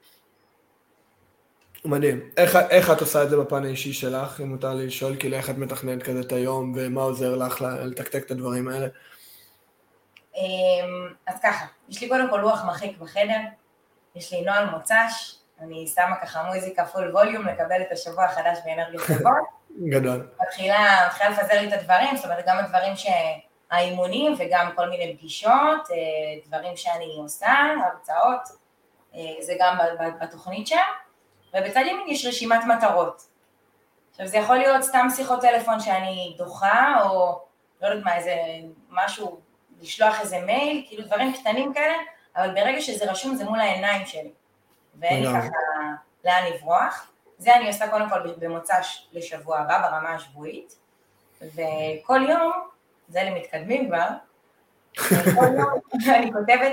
מדהים. איך את עושה את זה בפן האישי שלך, אם מותר לי לשאול, כאילו איך את מתכננת כזה את היום, ומה עוזר לך לתקתק את הדברים האלה? אז ככה, יש לי קודם כל לוח מחיק בחדר, יש לי נוהל מוצ"ש, אני שמה ככה מוזיקה פול ווליום, לקבל את השבוע החדש באנרגיות טובות. גדול. מתחילה לפזר לי את הדברים, זאת אומרת גם הדברים האימונים וגם כל מיני פגישות, דברים שאני עושה, הרצאות, זה גם בתוכנית שם, ובצד ימין יש רשימת מטרות. עכשיו זה יכול להיות סתם שיחות טלפון שאני דוחה, או לא יודעת מה, איזה משהו, לשלוח איזה מייל, כאילו דברים קטנים כאלה, אבל ברגע שזה רשום זה מול העיניים שלי, ואין לי ככה לאן לברוח. זה אני עושה קודם כל במוצ"ש לשבוע הבא, ברמה השבועית, וכל יום, זה למתקדמים כבר, כל יום אני כותבת,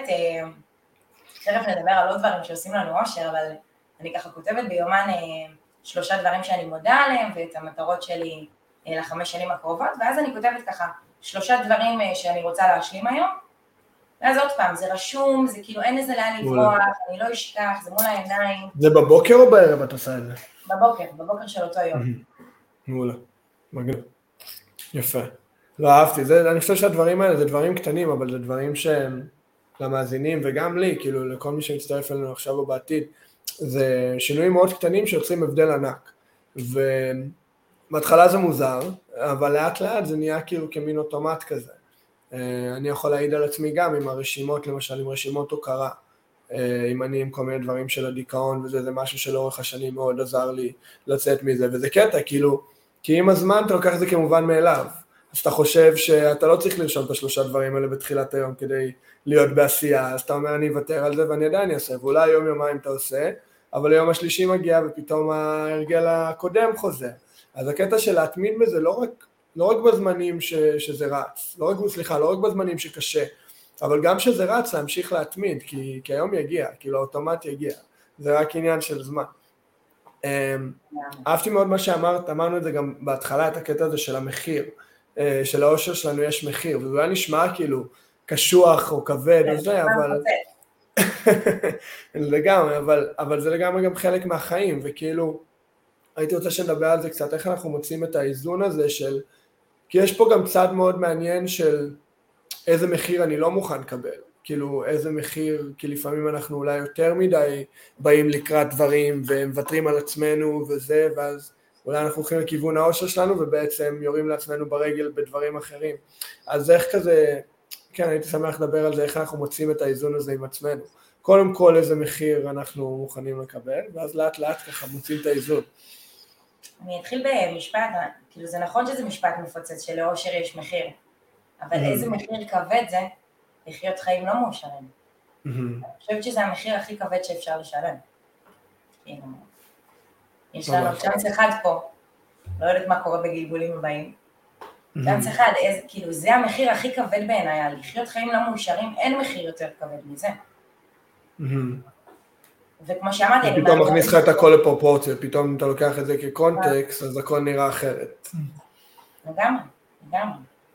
תכף נדבר על עוד דברים שעושים לנו אושר, אבל אני ככה כותבת ביומן 3 דברים שאני מודה עליהם, ואת המטרות שלי ל5 שנים הקרובות, ואז אני כותבת ככה 3 דברים שאני רוצה להשלים היום, ואז עוד פעם, זה רשום, זה כאילו אין איזה לאן לברוח, אני לא אשכח, זה מול העיניים. זה בבוקר או בערב את עושה את זה? בבוקר של אותו יום. מעולה, מגניב. יפה. לא אהבתי, אני חושב שהדברים האלה זה דברים קטנים, אבל זה דברים שהם למאזינים וגם לי, כאילו לכל מי שמצטרף אלינו עכשיו או בעתיד, זה שינויים מאוד קטנים שיוצרים הבדל ענק. ובהתחלה זה מוזר, אבל לאט לאט זה נהיה כאילו כמין אוטומט כזה. אני יכול להעיד על עצמי גם עם הרשימות, למשל עם רשימות הוקרה, אם אני עם כל מיני דברים של הדיכאון, וזה משהו שלאורך השנים מאוד עזר לי לצאת מזה, וזה קטע, כאילו, כי עם הזמן אתה לוקח את זה כמובן מאליו, אז אתה חושב שאתה לא צריך לרשום את ה3 דברים האלה בתחילת היום כדי להיות בעשייה, אז אתה אומר אני אוותר על זה ואני עדיין אעשה, ואולי יום-יומיים אתה עושה, אבל היום השלישי מגיע ופתאום ההרגל הקודם חוזר, אז הקטע של להתמיד בזה לא רק בזמנים שזה רץ, לא רק בזמנים שקשה, אבל גם שזה רץ להמשיך להתמיד, כי היום יגיע, כאילו האוטומט יגיע, זה רק עניין של זמן. אהבתי מאוד מה שאמרת, אמרנו את זה גם בהתחלה, את הקטע הזה של המחיר, של האושר שלנו יש מחיר, וזה היה נשמע כאילו קשוח או כבד או זה, אבל... לגמרי, אבל זה לגמרי גם חלק מהחיים, וכאילו, הייתי רוצה שנדבר על זה קצת, איך אנחנו מוצאים את האיזון הזה של... כי יש פה גם צד מאוד מעניין של איזה מחיר אני לא מוכן לקבל, כאילו איזה מחיר, כי לפעמים אנחנו אולי יותר מדי באים לקראת דברים ומוותרים על עצמנו וזה, ואז אולי אנחנו הולכים לכיוון האושר שלנו ובעצם יורים לעצמנו ברגל בדברים אחרים. אז איך כזה, כן, הייתי שמח לדבר על זה, איך אנחנו מוצאים את האיזון הזה עם עצמנו. קודם כל איזה מחיר אנחנו מוכנים לקבל, ואז לאט לאט ככה מוצאים את האיזון. אני אתחיל במשפט, כאילו זה נכון שזה משפט מפוצץ שלאושר יש מחיר, אבל איזה מחיר כבד זה לחיות חיים לא מאושרים. אני חושבת שזה המחיר הכי כבד שאפשר לשלם. יש לנו צ'אנס אחד פה, לא יודעת מה קורה בגלגולים הבאים, צ'אנס אחד, כאילו זה המחיר הכי כבד בעיניי, לחיות חיים לא מאושרים, אין מחיר יותר כבד מזה. וכמו שאמרתי, אני פתאום מכניס לך את הכל לפרופורציה, פתאום אתה לוקח את זה כקונטקסט, אז הכל נראה אחרת. לגמרי.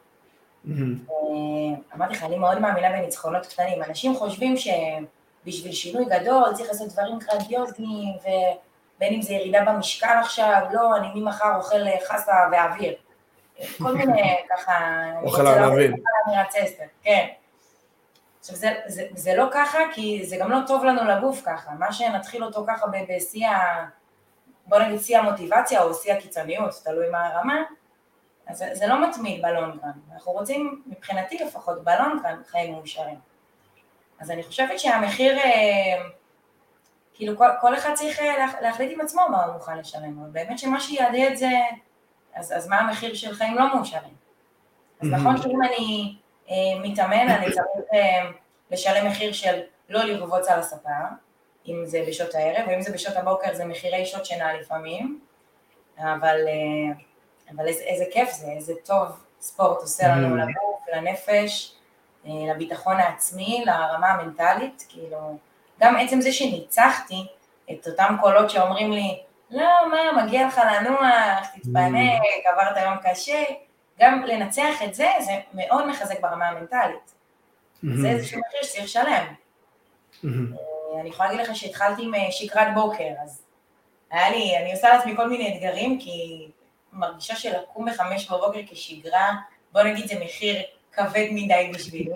אמרתי לך, אני מאוד מאמינה בניצחונות קטנים. אנשים חושבים שבשביל שינוי גדול צריך לעשות דברים גרנדיוזיים, ובין אם זה ירידה במשקל עכשיו, לא, אני ממחר אוכל חסה ואוויר. כל מיני ככה... אוכל ערבים. כן. עכשיו, זה לא ככה, כי זה גם לא טוב לנו לגוף ככה. מה שנתחיל אותו ככה בשיא, בוא נגיד שיא המוטיבציה או שיא הקיצוניות, תלוי מה הרמה, אז זה לא מתמיד בלונגרן. אנחנו רוצים, מבחינתי לפחות, בלונגרן חיים מאושרים. אז אני חושבת שהמחיר, כאילו כל אחד צריך להחליט עם עצמו מה הוא מוכן לשלם, אבל באמת שמה שיעדי את זה, אז מה המחיר של חיים לא מאושרים? אז נכון שאם אני מתאמן, אני צריך לשלם מחיר של לא לרבוץ על הספה, אם זה בשעות הערב, או אם זה בשעות הבוקר, זה מחירי שעות שינה לפעמים, אבל איזה כיף זה, איזה טוב ספורט עושה לנו לגוף, לנפש, לביטחון העצמי, לרמה המנטלית, כאילו, גם עצם זה שניצחתי את אותם קולות שאומרים לי, לא, מה, מגיע לך לנוח, תתפנק, עברת יום קשה, גם לנצח את זה, זה מאוד מחזק ברמה המנטלית. זה איזשהו מחיר שצריך לשלם. אני יכולה להגיד לך שהתחלתי עם שגרת בוקר, אז אני עושה לעצמי כל מיני אתגרים, כי מרגישה שלקום ב5 בבוקר כשגרה, בוא נגיד זה מחיר כבד מדי בשבילי,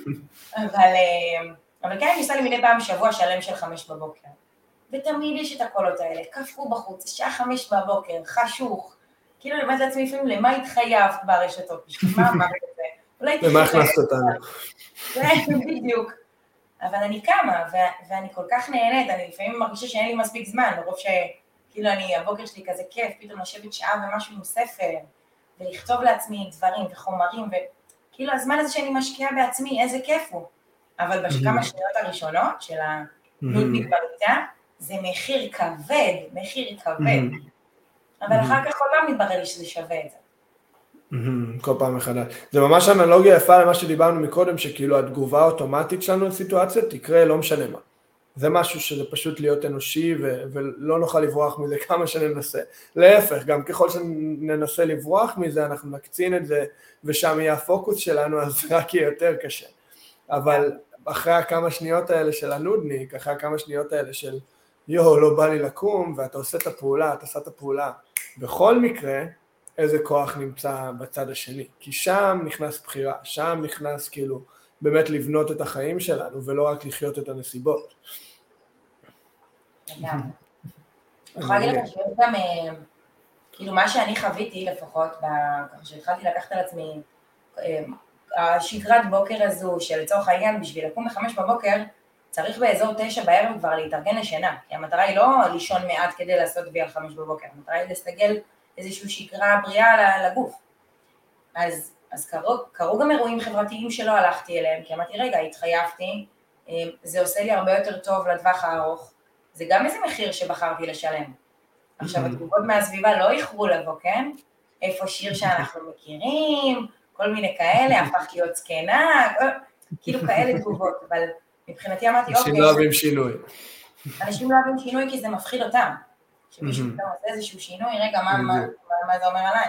אבל כן, אני עושה לי מדי פעם שבוע שלם של 5 בבוקר. ותמיד יש את הקולות האלה, קפוא בחוץ, שעה 5 בבוקר, חשוך. כאילו אני אומרת לעצמי לפעמים, למה התחייבת ברשתות? בשביל מה אמרת את זה? למה הכנסת אותנו? בדיוק. אבל אני קמה, ואני כל כך נהנית, אני לפעמים מרגישה שאין לי מספיק זמן, מרוב שכאילו הבוקר שלי כזה כיף, פתאום לשבת שעה ומשהו עם ספר, ולכתוב לעצמי דברים וחומרים, וכאילו הזמן הזה שאני משקיעה בעצמי, איזה כיף הוא. אבל בכמה שניות הראשונות של הנודניק במיטה, זה מחיר כבד, מחיר כבד. אבל אחר כך כל פעם מתברר לי שזה שווה את זה. כל פעם מחדש. זה ממש אנלוגיה יפה למה שדיברנו מקודם, שכאילו התגובה האוטומטית שלנו לסיטואציה תקרה לא משנה מה. זה משהו שזה פשוט להיות אנושי, ולא נוכל לברוח מזה כמה שננסה. להפך, גם ככל שננסה לברוח מזה, אנחנו נקצין את זה, ושם יהיה הפוקוס שלנו, אז רק יהיה יותר קשה. אבל אחרי הכמה שניות האלה של הנודניק, אחרי הכמה שניות האלה של לא בא לי לקום, ואתה עושה את הפעולה, אתה עושה את הפעולה. בכל מקרה, איזה כוח נמצא בצד השני. כי שם נכנס בחירה, שם נכנס כאילו באמת לבנות את החיים שלנו, ולא רק לחיות את הנסיבות. אני יכולה להגיד לך שיש גם, כאילו מה שאני חוויתי לפחות, ככה שהתחלתי לקחת על עצמי, השגרת בוקר הזו, שלצורך העניין, בשביל לקום ב5 בבוקר, צריך באזור 9 בערב כבר להתארגן לשינה, כי המטרה היא לא לישון מעט כדי לעשות וי על 5 בבוקר, המטרה היא לסתגל איזושהי שגרה בריאה לגוף. אז קרו גם אירועים חברתיים שלא הלכתי אליהם, כי אמרתי, רגע, התחייבתי, זה עושה לי הרבה יותר טוב לטווח הארוך, זה גם איזה מחיר שבחרתי לשלם. עכשיו, התגובות מהסביבה לא איחרו לבוא, כן? איפה שיר שאנחנו מכירים, כל מיני כאלה, הפך להיות זקנה, כאילו כאלה תגובות, אבל מבחינתי אמרתי, אנשים לא אוהבים שינוי. אנשים לא אוהבים שינוי כי זה מפחיד אותם. שמישהו עושה איזשהו שינוי, רגע, מה זה אומר עליי?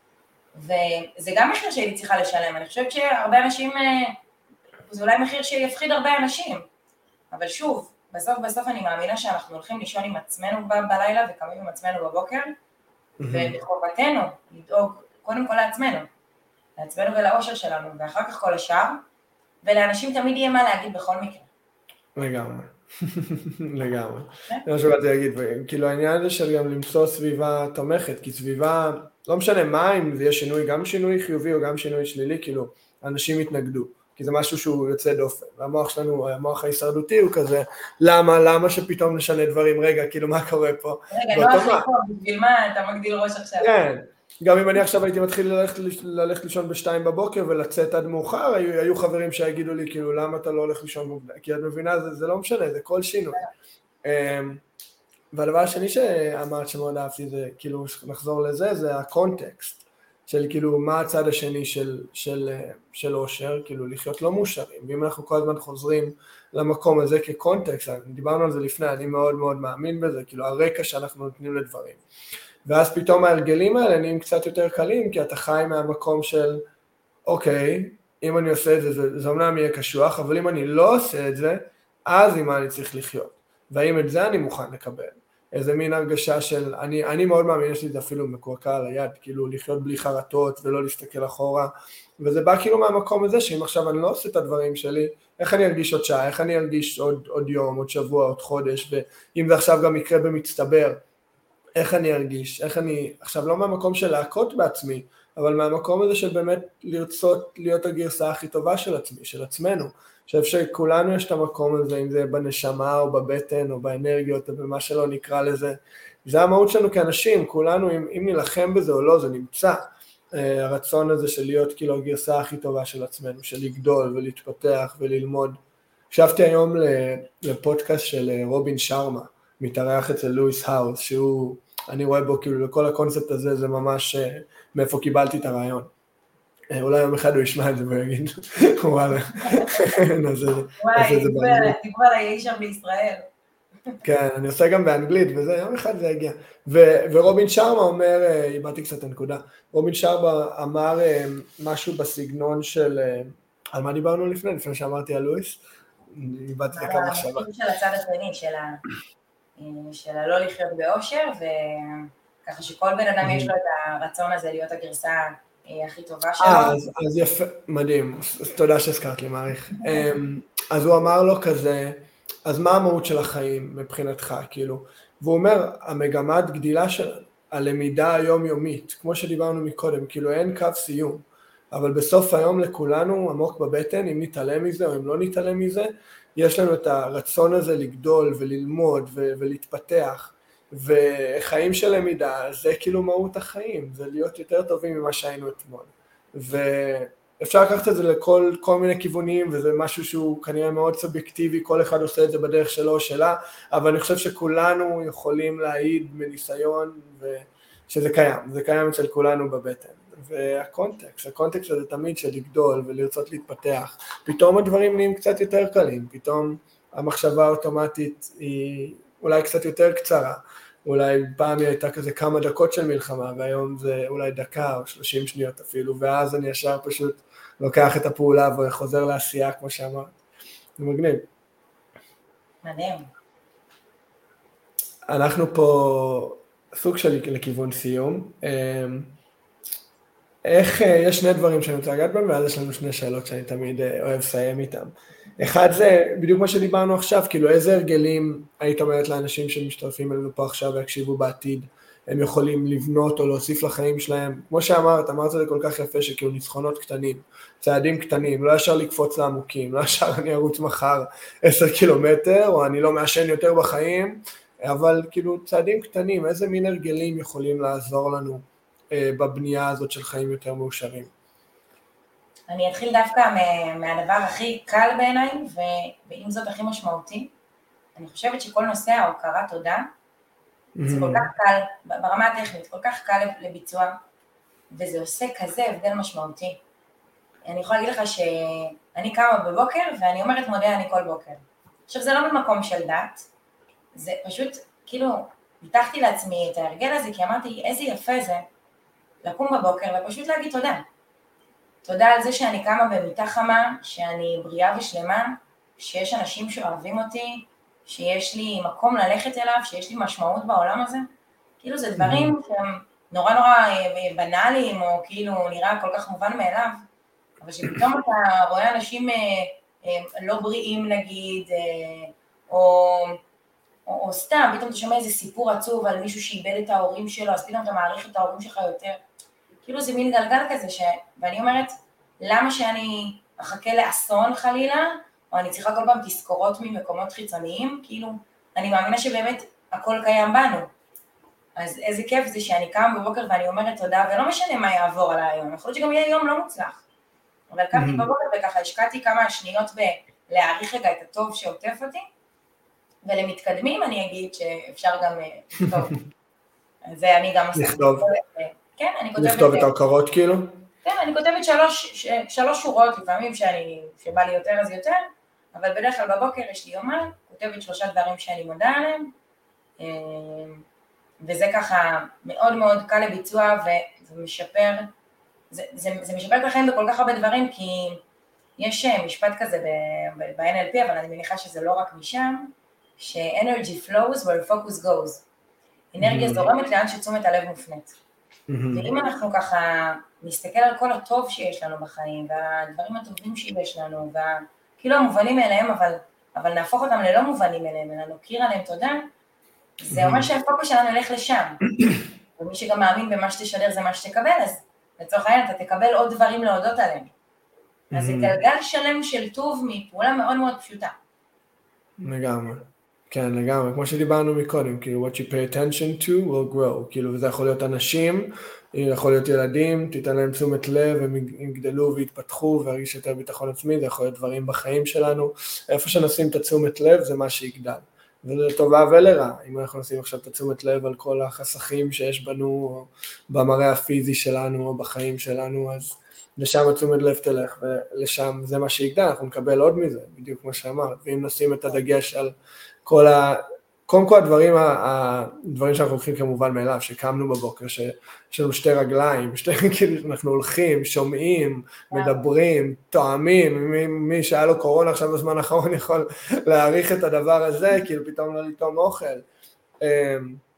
וזה גם מחיר שהייתי צריכה לשלם. אני חושבת שהרבה אנשים, זה אולי מחיר שיפחיד הרבה אנשים. אבל שוב, בסוף אני מאמינה שאנחנו הולכים לישון עם עצמנו בלילה וקמים עם עצמנו בבוקר, ובחובתנו לדאוג קודם כל לעצמנו ולאושר שלנו, ואחר כך כל השאר, ולאנשים תמיד יהיה מה להגיד בכל מקרה. לגמרי. לגמרי. זה מה שבאתי להגיד, כאילו העניין הזה של גם למצוא סביבה תומכת, כי סביבה, לא משנה מה, אם זה יהיה שינוי, גם שינוי חיובי או גם שינוי שלילי, כאילו אנשים יתנגדו, כי זה משהו שהוא יוצא דופן, והמוח שלנו, המוח ההישרדותי הוא כזה, למה שפתאום נשנה דברים, רגע, כאילו מה קורה פה? רגע, לא אחרי פה, בשביל מה אתה מגדיל ראש עכשיו? כן. גם אם אני עכשיו הייתי מתחיל ללכת לישון ב2 בבוקר ולצאת עד מאוחר, היו חברים שהגידו לי, כאילו, למה אתה לא הולך לישון מוקדם? כי את מבינה, זה לא משנה, זה כל שינוי. והדבר השני שאמרת שמאוד אהבתי, זה כאילו, נחזור לזה, זה הקונטקסט, של כאילו, מה הצד השני של אושר, כאילו, לחיות לא מאושרים. ואם אנחנו כל הזמן חוזרים למקום הזה כקונטקסט, דיברנו על זה לפני, אני מאוד מאוד מאמין בזה, כאילו, הרקע שאנחנו נותנים לדברים. ואז פתאום ההרגלים האלה נהיים קצת יותר קלים, כי אתה חי מהמקום של, אוקיי, אם אני עושה את זה, זה אומנם יהיה קשוח, אבל אם אני לא עושה את זה, אז עם מה אני צריך לחיות. והאם את זה אני מוכן לקבל. איזה מין הרגשה של, אני מאוד מאמין, יש לי זה אפילו מקועקע על היד, כאילו לחיות בלי חרטות ולא להסתכל אחורה, וזה בא כאילו מהמקום הזה, שאם עכשיו אני לא עושה את הדברים שלי, איך אני ארגיש עוד שעה, איך אני ארגיש עוד יום, עוד שבוע, עוד חודש, ואם זה עכשיו גם יקרה במצטבר, איך אני ארגיש, עכשיו לא מהמקום של להכות בעצמי, אבל מהמקום הזה של באמת לרצות להיות הגרסה הכי טובה של עצמי, של עצמנו. אני חושב שכולנו יש את המקום הזה, אם זה בנשמה או בבטן או באנרגיות או במה שלא נקרא לזה. זה המהות שלנו כאנשים, כולנו, אם נלחם בזה או לא, זה נמצא. הרצון הזה של להיות כאילו הגרסה הכי טובה של עצמנו, של לגדול ולהתפתח וללמוד. הקשבתי היום לפודקאסט של רובין שרמה, מתארח אצל לואיס האוס, שהוא, אני רואה בו כאילו לכל הקונספט הזה, זה ממש מאיפה קיבלתי את הרעיון. אולי יום אחד הוא ישמע את זה ויגיד, וואלה, וואי, דיבר על האיש שם בישראל. כן, אני עושה גם באנגלית, וזה, יום אחד זה יגיע. ורובין שרמה אומר, איבדתי קצת הנקודה, רובין שרמה אמר משהו בסגנון של, על מה דיברנו לפני שאמרתי על לואיס? איבדתי לכמה מחשבה. המחשבים של הצד השני, של הלא לחיות באושר, וככה שכל בן אדם יש לו את הרצון הזה להיות הגרסה הכי טובה שלו. אז יפה, מדהים, אז תודה שהזכרת לי, מעריך. אז הוא אמר לו כזה, אז מה המהות של החיים מבחינתך, כאילו? והוא אומר, המגמת גדילה של הלמידה היומיומית, כמו שדיברנו מקודם, כאילו אין קו סיום, אבל בסוף היום לכולנו, עמוק בבטן, אם נתעלם מזה או אם לא נתעלם מזה, יש לנו את הרצון הזה לגדול וללמוד ולהתפתח, וחיים של למידה זה כאילו מהות החיים, זה להיות יותר טובים ממה שהיינו אתמול. ואפשר לקחת את זה לכל מיני כיוונים, וזה משהו שהוא כנראה מאוד סובייקטיבי, כל אחד עושה את זה בדרך שלו או שלה, אבל אני חושב שכולנו יכולים להעיד מניסיון, שזה קיים, זה קיים אצל כולנו בבטן. הקונטקסט הזה תמיד של לגדול ולרצות להתפתח, פתאום הדברים נהיים קצת יותר קלים, פתאום המחשבה האוטומטית היא אולי קצת יותר קצרה, אולי פעם היא הייתה כזה כמה דקות של מלחמה, והיום זה אולי דקה או 30 שניות אפילו, ואז אני ישר פשוט לוקח את הפעולה וחוזר לעשייה כמו שאמרת. זה מגניב. מדהים. אנחנו פה סוג של לכיוון סיום. יש שני דברים שאני רוצה לגעת בהם, ואז יש לנו שני שאלות שאני תמיד אוהב לסיים איתם. אחד זה, בדיוק מה שדיברנו עכשיו, כאילו איזה הרגלים היית אומרת לאנשים שמשתתפים אלינו פה עכשיו ויקשיבו בעתיד, הם יכולים לבנות או להוסיף לחיים שלהם, כמו שאמרת את זה כל כך יפה, שכאילו ניצחונות קטנים, צעדים קטנים, לא ישר לקפוץ לעמוקים, לא ישר אני ארוץ מחר 10 קילומטר, או אני לא מעשן יותר בחיים, אבל כאילו צעדים קטנים, איזה מין הרגלים יכולים לעזור לנו בבנייה הזאת של חיים יותר מאושרים? אני אתחיל דווקא מהדבר הכי קל בעיניי, ועם זאת הכי משמעותי. אני חושבת שכל נושא ההוקרת תודה, זה כל כך קל, ברמה הטכנית, כל כך קל לביצוע, וזה עושה כזה הבדל משמעותי. אני יכולה להגיד לך שאני קמה בבוקר, ואני אומרת מודה אני כל בוקר. עכשיו זה לא במקום של דת, זה פשוט, כאילו, פיתחתי לעצמי את ההרגל הזה, כי אמרתי איזה יפה זה, לקום בבוקר ופשוט להגיד תודה. תודה על זה שאני קמה במיטה חמה, שאני בריאה ושלמה, שיש אנשים שאוהבים אותי, שיש לי מקום ללכת אליו, שיש לי משמעות בעולם הזה. כאילו זה דברים שהם נורא בנאליים, או כאילו נראה כל כך מובן מאליו, אבל שפתאום אתה רואה אנשים לא בריאים נגיד, או סתם, פתאום אתה שומע איזה סיפור עצוב על מישהו שאיבד את ההורים שלו, אז פתאום אתה מעריך את ההורים שלך יותר. כאילו זה מין גלגל כזה, ואני אומרת, למה שאני אחכה לאסון חלילה, או אני צריכה כל פעם תזכורות ממקומות חיצוניים, כאילו, אני מאמינה שבאמת הכל קיים בנו. אז איזה כיף זה שאני קם בבוקר ואני אומרת תודה, ולא משנה מה יעבור על היום, יכול להיות שגם יהיה יום לא מוצלח. אבל קמתי בבוקר וככה השקעתי כמה שניות להעריך רגע את הטוב שעוטף אותי, ולמתקדמים אני אגיד שאפשר גם, טוב, זה אני גם עושה. לכתוב. כן, אני כותבת... לכתוב את ההוקרות כאילו? כן, אני כותבת 3 שורות, לפעמים שבא לי יותר אז יותר, אבל בדרך כלל בבוקר יש לי יומן, כותבת 3 דברים שאני מודה עליהם, וזה ככה מאוד מאוד קל לביצוע, וזה משפר, זה משפר את החיים בכל כך הרבה דברים, כי יש משפט כזה ב-NLP, אבל אני מניחה שזה לא רק משם, ש-energy flows where focus goes. אנרגיה זורמת לאן שתשומת הלב מופנית. ואם אנחנו ככה נסתכל על כל הטוב שיש לנו בחיים, והדברים הטובים שיש לנו, וכאילו המובנים אליהם, אבל נהפוך אותם ללא מובנים אליהם, אלא נוקיר עליהם תודה, זה אומר שהפוקוס שלנו ילך לשם. ומי שגם מאמין במה שתשדר זה מה שתקבל, אז לצורך העניין אתה תקבל עוד דברים להודות עליהם. אז זה גלגל שלם של טוב מפעולה מאוד מאוד פשוטה. לגמרי. כן, לגמרי, כמו שדיברנו מקודם, כאילו, what you pay attention to will grow, כאילו, וזה יכול להיות אנשים, יכול להיות ילדים, תיתן להם תשומת לב, הם יגדלו ויתפתחו, והרגיש יותר ביטחון עצמי, זה יכול להיות דברים בחיים שלנו, איפה שנשים את התשומת לב, זה מה שיגדל, וזה טובה ולרע, אם אנחנו נשים עכשיו את התשומת לב על כל החסכים שיש בנו, או במראה הפיזי שלנו, או בחיים שלנו, אז לשם התשומת לב תלך, ולשם זה מה שיגדל, אנחנו נקבל עוד מזה, בדיוק כמו שאמרת, ואם נשים את הדגש על קודם כל הדברים שאנחנו הולכים כמובן מאליו, שקמנו בבוקר, שיש לנו 2 רגליים, כאילו אנחנו הולכים, שומעים, מדברים, תואמים, מי שהיה לו קורונה עכשיו בזמן האחרון יכול להעריך את הדבר הזה, כאילו פתאום לא לטעום אוכל.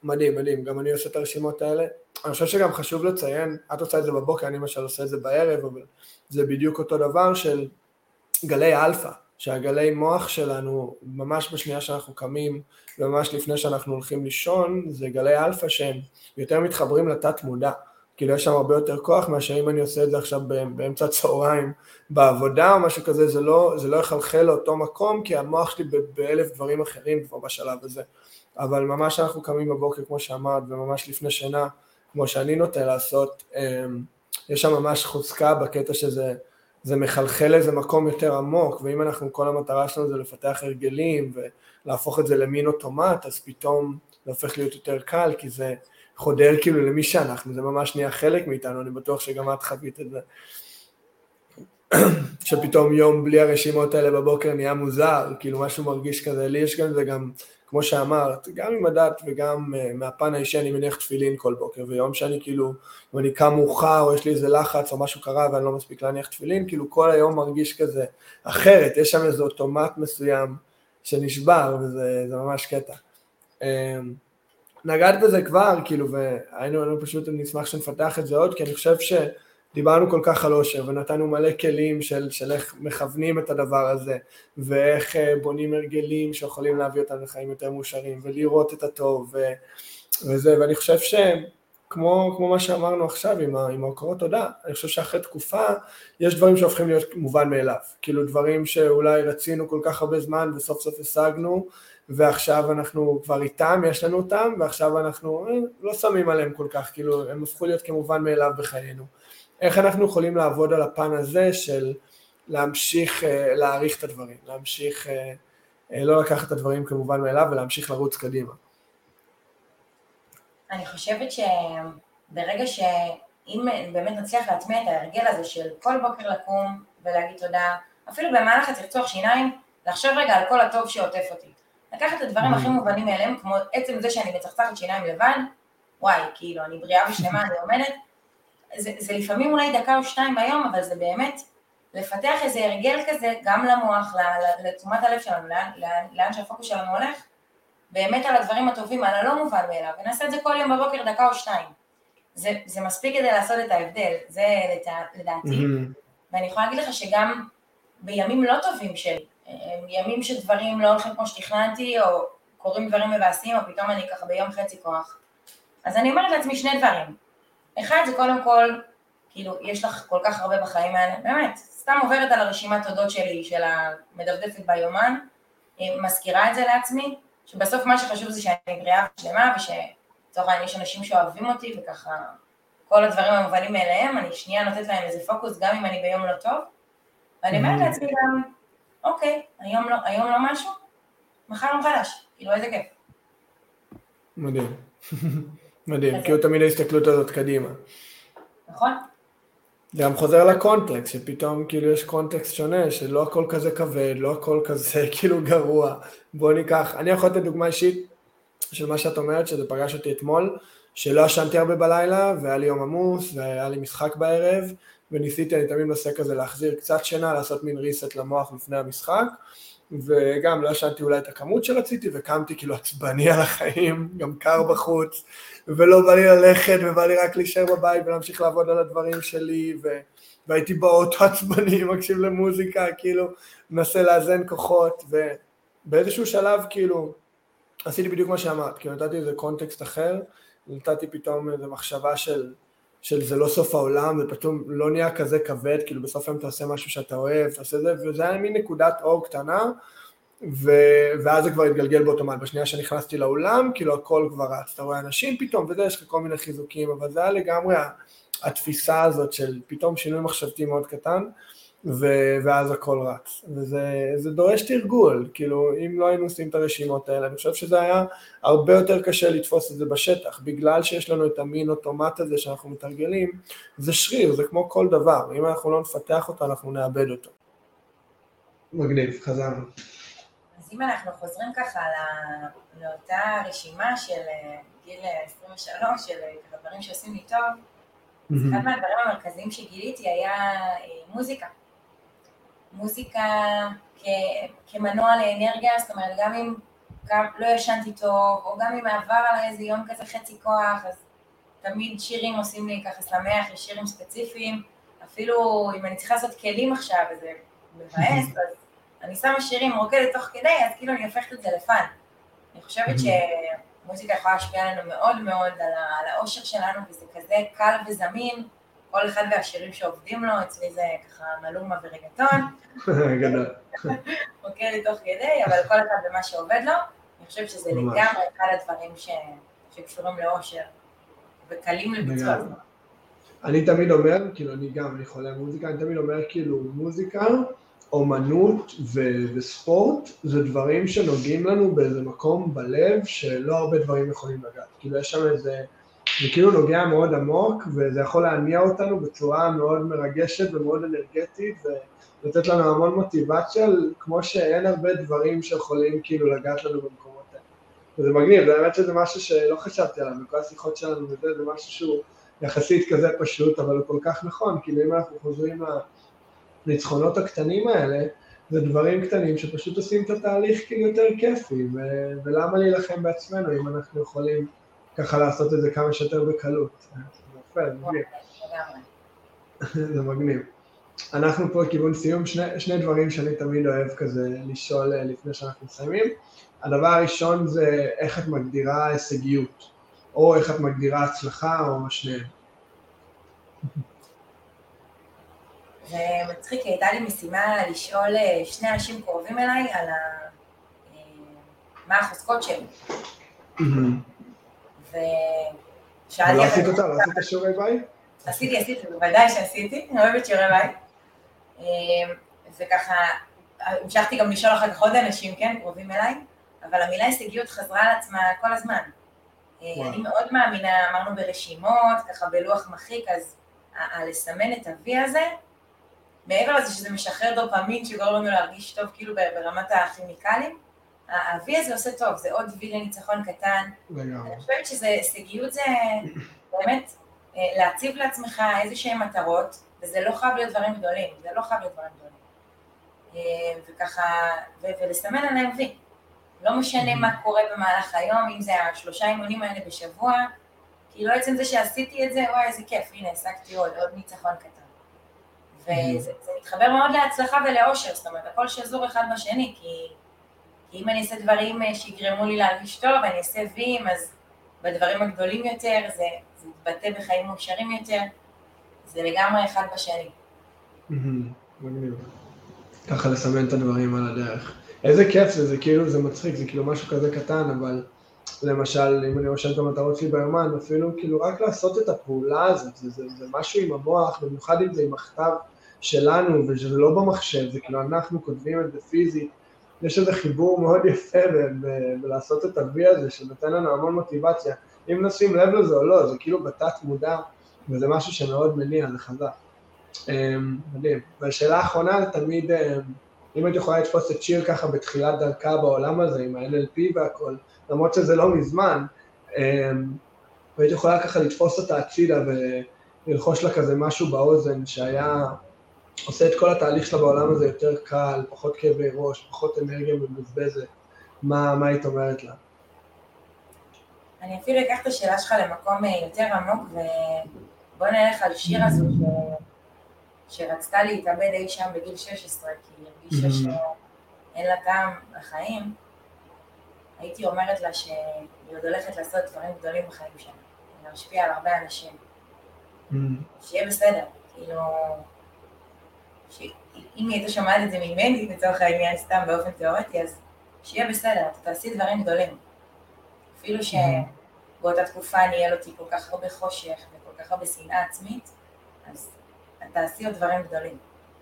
מדהים, מדהים, גם אני עושה את הרשימות האלה. אני חושב שגם חשוב לציין, את עושה את זה בבוקר, אני למשל עושה את זה בערב, אבל זה בדיוק אותו דבר של גלי אלפא, שהגלי מוח שלנו, ממש בשנייה שאנחנו קמים, וממש לפני שאנחנו הולכים לישון, זה גלי אלפא שהם יותר מתחברים לתת מודע, כאילו יש שם הרבה יותר כוח, מאשר אם אני עושה את זה עכשיו באמצע צהריים בעבודה או משהו כזה, זה לא יחלחל לאותו מקום, כי המוח שלי באלף דברים אחרים כבר בשלב הזה. אבל ממש אנחנו קמים בבוקר, כמו שאמרת, וממש לפני שינה, כמו שאני נוטה לעשות, יש שם ממש חוזקה בקטע שזה מחלחל לאיזה מקום יותר עמוק, ואם אנחנו, כל המטרה שלנו זה לפתח הרגלים, ולהפוך את זה למין אוטומט, אז פתאום זה הופך להיות יותר קל, כי זה חודר כאילו למי שאנחנו, זה ממש נהיה חלק מאיתנו, אני בטוח שגם את חווית את זה. שפתאום יום בלי הרשימות האלה בבוקר נהיה מוזר, כאילו משהו מרגיש כזה, לי יש גם זה גם, כמו שאמרת, גם עם הדת וגם מהפן האישי אני מניח תפילין כל בוקר, ויום שאני כאילו, אם אני קם מאוחר או יש לי איזה לחץ או משהו קרה ואני לא מספיק להניח תפילין, כאילו כל היום מרגיש כזה אחרת, יש שם איזה אוטומט מסוים שנשבר וזה ממש קטע. נגעת בזה כבר, כאילו, והיינו פשוט נשמח שנפתח את זה עוד, כי אני חושב דיברנו כל כך על אושר, ונתנו מלא כלים של איך מכוונים את הדבר הזה, ואיך בונים הרגלים שיכולים להביא אותנו לחיים יותר מאושרים, ולראות את הטוב, וזה, ואני חושב שכמו מה שאמרנו עכשיו עם ההוקרות תודה, אני חושב שאחרי תקופה, יש דברים שהופכים להיות מובן מאליו, כאילו דברים שאולי רצינו כל כך הרבה זמן, וסוף סוף השגנו, ועכשיו אנחנו כבר איתם, יש לנו אותם, ועכשיו אנחנו לא שמים עליהם כל כך, כאילו הם הפכו להיות כמובן מאליו בחיינו. איך אנחנו יכולים לעבוד על הפן הזה של להמשיך להעריך את הדברים, להמשיך לא לקחת את הדברים כמובן מאליו ולהמשיך לרוץ קדימה? אני חושבת שברגע שאם באמת נצליח להטמיע את ההרגל הזה של כל בוקר לקום ולהגיד תודה, אפילו במהלך הצחצוח שיניים, לחשוב רגע על כל הטוב שעוטף אותי. לקחת את הדברים הכי מובנים מאליהם, כמו עצם זה שאני מצחצחת שיניים לבד, וואי, כאילו, אני בריאה ושלמה, אני עומדת, זה לפעמים אולי דקה או שתיים ביום, אבל זה באמת לפתח איזה הרגל כזה, גם למוח, לתשומת הלב שלנו, לאן שהפוקוס שלנו הולך, באמת על הדברים הטובים, על הלא מובן מאליו, ונעשה את זה כל יום בבוקר דקה או שתיים. זה מספיק כדי לעשות את ההבדל, זה לדעתי, ואני יכולה להגיד לך שגם בימים לא טובים שלי, ימים שדברים לא הולכים כמו שתכננתי, או קורים דברים מבאסים, או פתאום אני ככה ביום חצי כוח, אז אני אומרת לעצמי שני דברים. אחד זה קודם כל, כאילו, יש לך כל כך הרבה בחיים האלה, באמת, סתם עוברת על הרשימת תודות שלי, של המדפדפת ביומן, מזכירה את זה לעצמי, שבסוף מה שחשוב זה שאני בריאה ושלמה, ושצורך העניין יש אנשים שאוהבים אותי, וככה כל הדברים המובנים מאליהם, אני שנייה נותנת להם איזה פוקוס, גם אם אני ביום לא טוב, ואני אומרת לעצמי גם, אוקיי, היום לא משהו, מחר יום חדש, כאילו איזה כיף. מדהים. מדהים, כאילו תמיד ההסתכלות הזאת קדימה. נכון? גם חוזר לקונטקסט, שפתאום כאילו יש קונטקסט שונה, שלא הכל כזה כבד, לא הכל כזה כאילו גרוע. בוא ניקח, אני יכול לתת דוגמה אישית של מה שאת אומרת, שזה פגש אותי אתמול, שלא ישנתי הרבה בלילה, והיה לי יום עמוס, והיה לי משחק בערב, וניסיתי, אני תמיד נושא כזה להחזיר קצת שינה, לעשות מין ריסט למוח לפני המשחק, וגם לא ישנתי אולי את הכמות שרציתי, וקמתי כאילו עצבני על החיים, גם קר בחוץ, ולא בא לי ללכת, ובא לי רק להישאר בבית, ולהמשיך לעבוד על הדברים שלי, והייתי באוטו עצבני, מקשיב למוזיקה, כאילו, מנסה לאזן כוחות, ובאיזשהו שלב, כאילו, עשיתי בדיוק מה שאמרת, כאילו, נתתי איזה קונטקסט אחר, נתתי פתאום איזו מחשבה של זה לא סוף העולם, זה פתאום לא נהיה כזה כבד, כאילו בסוף היום אתה עושה משהו שאתה אוהב, אתה עושה זה, וזה היה מין נקודת אור קטנה, ואז זה כבר התגלגל באוטומט, בשנייה שנכנסתי לאולם, כאילו הכל כבר רץ, אתה רואה אנשים פתאום, וזה יש לך כל מיני חיזוקים, אבל זה היה לגמרי התפיסה הזאת של פתאום שינוי מחשבתי מאוד קטן, ואז הכל רץ, וזה דורש תרגול, כאילו אם לא היינו עושים את הרשימות האלה, אני חושב שזה היה הרבה יותר קשה לתפוס את זה בשטח, בגלל שיש לנו את המין אוטומט הזה שאנחנו מתרגלים, זה שריר, זה כמו כל דבר, אם אנחנו לא נפתח אותו, אנחנו נאבד אותו. מגניב, חזרנו. אז אם אנחנו חוזרים ככה לאותה רשימה של גיל 23, של דברים שעושים לי טוב, אז אחד מהדברים המרכזיים שגיליתי היה מוזיקה. מוזיקה כמנוע לאנרגיה, זאת אומרת, גם אם גם לא ישנתי טוב, או גם אם עבר עליי איזה יום כזה חצי כוח, אז תמיד שירים עושים לי ככה שמח, יש שירים ספציפיים, אפילו אם אני צריכה לעשות כלים עכשיו, וזה מבאס, אז אני שמה שירים רוקדת תוך כדי, אז כאילו אני הופכת את זה לפן. אני חושבת שמוזיקה יכולה להשפיע עלינו מאוד מאוד על האושר שלנו, וזה כזה קל וזמין, כל אחד והשירים שעובדים לו, אצלי זה ככה מלומה ורגטון. גדול. רוקדת תוך כדי, אבל כל אחד במה שעובד לו, אני חושבת שזה לגמרי אחד הדברים שקשורים לאושר, וקלים לביצוע. אני תמיד אומר, כאילו אני חולה מוזיקה, אני תמיד אומר כאילו מוזיקה, אומנות וספורט, זה דברים שנוגעים לנו באיזה מקום בלב, שלא הרבה דברים יכולים לגעת. כאילו יש שם איזה, זה כאילו נוגע מאוד עמוק, וזה יכול להניע אותנו בצורה מאוד מרגשת ומאוד אנרגטית, ולתת לנו המון מוטיבציה, כמו שאין הרבה דברים שיכולים כאילו לגעת לנו במקומות האלה. וזה מגניב, זה האמת שזה משהו שלא חשבתי עליו, בכל השיחות שלנו וזה, זה משהו שהוא יחסית כזה פשוט, אבל הוא כל כך נכון, כאילו אם אנחנו חוזרים לניצחונות הקטנים האלה, זה דברים קטנים שפשוט עושים את התהליך כאילו יותר כיפי, ולמה להילחם בעצמנו אם אנחנו יכולים ככה לעשות את זה כמה שיותר בקלות. זה יפה, זה מגניב. זה מגניב. אנחנו פה כיוון סיום, שני דברים שאני תמיד אוהב כזה לשאול לפני שאנחנו מסיימים. הדבר הראשון זה איך את מגדירה הישגיות, או איך את מגדירה הצלחה, או שניהם. זה מצחיק, הייתה לי משימה לשאול שני אנשים קרובים אליי על מה החוזקות שלי. ושאלתי... לא עשית אותה? לא עשית שיעורי בית? עשיתי, בוודאי שעשיתי, אני אוהבת שיעורי בית. וככה, המשכתי גם לשאול אחר כך עוד אנשים, כן, קרובים אליי, אבל המילה הישגיות חזרה על עצמה כל הזמן. אני מאוד מאמינה, אמרנו ברשימות, ככה בלוח מחיק, אז לסמן את ה-V הזה, מעבר לזה שזה משחרר דופמין שגורם לנו להרגיש טוב כאילו ברמת הכימיקלים, ה-V הזה עושה טוב, זה עוד V לניצחון קטן. אני חושבת שזה הישגיות, זה באמת להציב לעצמך איזה שהן מטרות, וזה לא חייב להיות דברים גדולים, וככה, ולסמן עליהם V. לא משנה מה קורה במהלך היום, אם זה 3 אימונים האלה בשבוע, כי לא עצם זה שעשיתי את זה, וואי, איזה כיף, הנה, השגתי עוד ניצחון קטן. וזה מתחבר מאוד להצלחה ולאושר, זאת אומרת, הכל שזור אחד בשני, כי אם אני אעשה דברים שיגרמו לי להרגיש טוב, אני אעשה ויים, אז בדברים הגדולים יותר, זה יתבטא בחיים מאושרים יותר, זה לגמרי אחד בשני. מגניב. ככה לסמן את הדברים על הדרך. איזה כיף זה כאילו, זה מצחיק, זה כאילו משהו כזה קטן, אבל למשל, אם אני רושם את המטרות שלי ביומן, אפילו כאילו רק לעשות את הפעולה הזאת, זה משהו עם המוח, במיוחד אם זה עם הכתב שלנו, ושזה לא במחשב, זה כאילו אנחנו כותבים את זה פיזית, יש איזה חיבור מאוד יפה בלעשות את ה-V הזה, שנותן לנו המון מוטיבציה, אם נשים לב לזה או לא, זה כאילו בתת מודע, וזה משהו שמאוד מניע, זה חזק. מדהים. והשאלה האחרונה זה תמיד, אם את יכולה לתפוס את שיר ככה בתחילת דרכה בעולם הזה, עם ה-NLP והכל, למרות שזה לא מזמן, והיית יכולה ככה לתפוס אותה הצידה וללחוש לה כזה משהו באוזן שהיה עושה את כל התהליך שלה בעולם הזה יותר קל, פחות כאבי ראש, פחות אנרגיה מבוזבזת, מה היית אומרת לה? אני אפילו אקח את השאלה שלך למקום יותר עמוק, ובוא נלך על שיר הזו שרצתה להתאבד אי שם בגיל 16, כי היא הרגישה שאין לה טעם לחיים. הייתי אומרת לה שהיא עוד הולכת לעשות דברים גדולים בחיים שלה, להשפיע על הרבה אנשים. שיהיה בסדר, כאילו, אם היא הייתה שומעת את זה ממני, לצורך העניין סתם באופן תיאורטי, אז שיהיה בסדר, אתה תעשי דברים גדולים. אפילו שבאותה תקופה נהיה לו כל כך הרבה חושך וכל כך הרבה שנאה עצמית, אז אתה תעשי עוד דברים גדולים.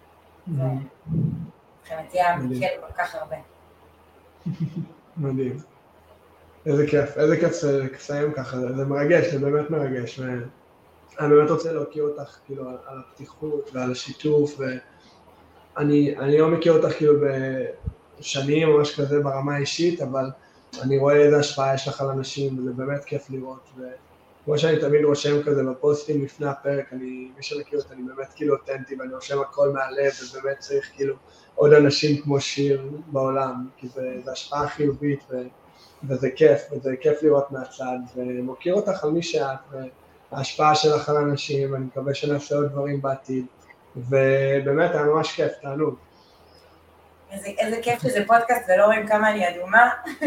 מבחינתי המקל כל כך הרבה. מדהים. איזה כיף לסיים ככה, זה מרגש, זה באמת מרגש, ואני באמת רוצה להוקיר אותך כאילו על הפתיחות ועל השיתוף, ואני לא מכיר אותך כאילו בשנים או משהו כזה ברמה האישית, אבל אני רואה איזה השפעה יש לך על אנשים, וזה באמת כיף לראות, וכמו שאני תמיד רושם כזה בפוסטים לפני הפרק, מי שמכיר אותי, אני באמת כאילו אותנטי, ואני רושם הכל מהלב, ובאמת צריך כאילו עוד אנשים כמו שיר בעולם, כי זה השפעה חיובית, וזה כיף לראות מהצד, ומוקיר אותך על מי שאת, וההשפעה שלך על אנשים, אני מקווה שנעשה עוד דברים בעתיד, ובאמת היה ממש כיף, תענוג. איזה כיף שזה פודקאסט ולא רואים כמה אני אדומה.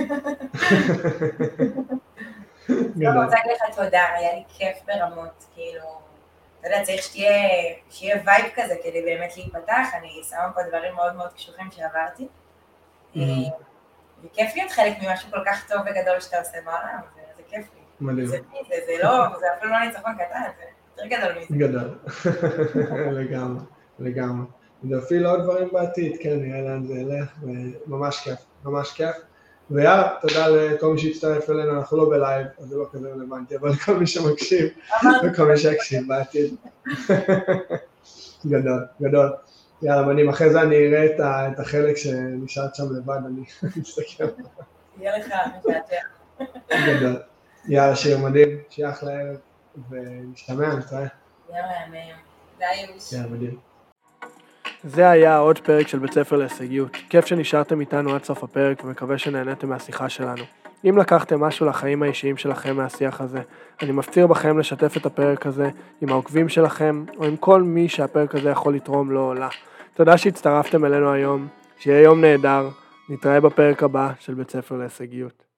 אני רוצה להגיד לך תודה, היה לי כיף ברמות, כאילו, אתה יודע, צריך שיהיה וייב כזה כדי באמת להיפתח, אני שמה פה דברים מאוד מאוד קשוחים שעברתי, וכיף להיות חלק ממשהו כל כך טוב וגדול שאתה עושה בעולם, זה כיף לי. מדהים. זה אפילו לא ניצחון קטן, זה יותר גדול מזה. גדול, לגמרי. ואפילו עוד דברים בעתיד, כן, נראה לאן זה ילך, וממש כיף. ויאללה, תודה לכל מי שהצטרף אלינו, אנחנו לא בלייב, אז זה לא כזה רלוונטי, אבל לכל מי שמקשיב, וכל מי שיקשיב בעתיד. גדול. יאללה, מדהים, אחרי זה אני אראה את החלק שנשארת שם לבד, אני אסתכל. יהיה לך, משעשע. גדול. יאללה, שיר מדהים, שיהיה אחלה ערב, ונשתמע, נתראה. יאללה, מהם. דיוש. יאללה, מדהים. זה היה עוד פרק של בית ספר להישגיות. כיף שנשארתם איתנו עד סוף הפרק ומקווה שנהנתם מהשיחה שלנו. אם לקחתם משהו לחיים האישיים שלכם מהשיח הזה, אני מפציר בכם לשתף את הפרק הזה עם העוקבים שלכם או עם כל מי שהפרק הזה יכול לתרום לו או לה. תודה שהצטרפתם אלינו היום, שיהיה יום נהדר, נתראה בפרק הבא של בית ספר להישגיות.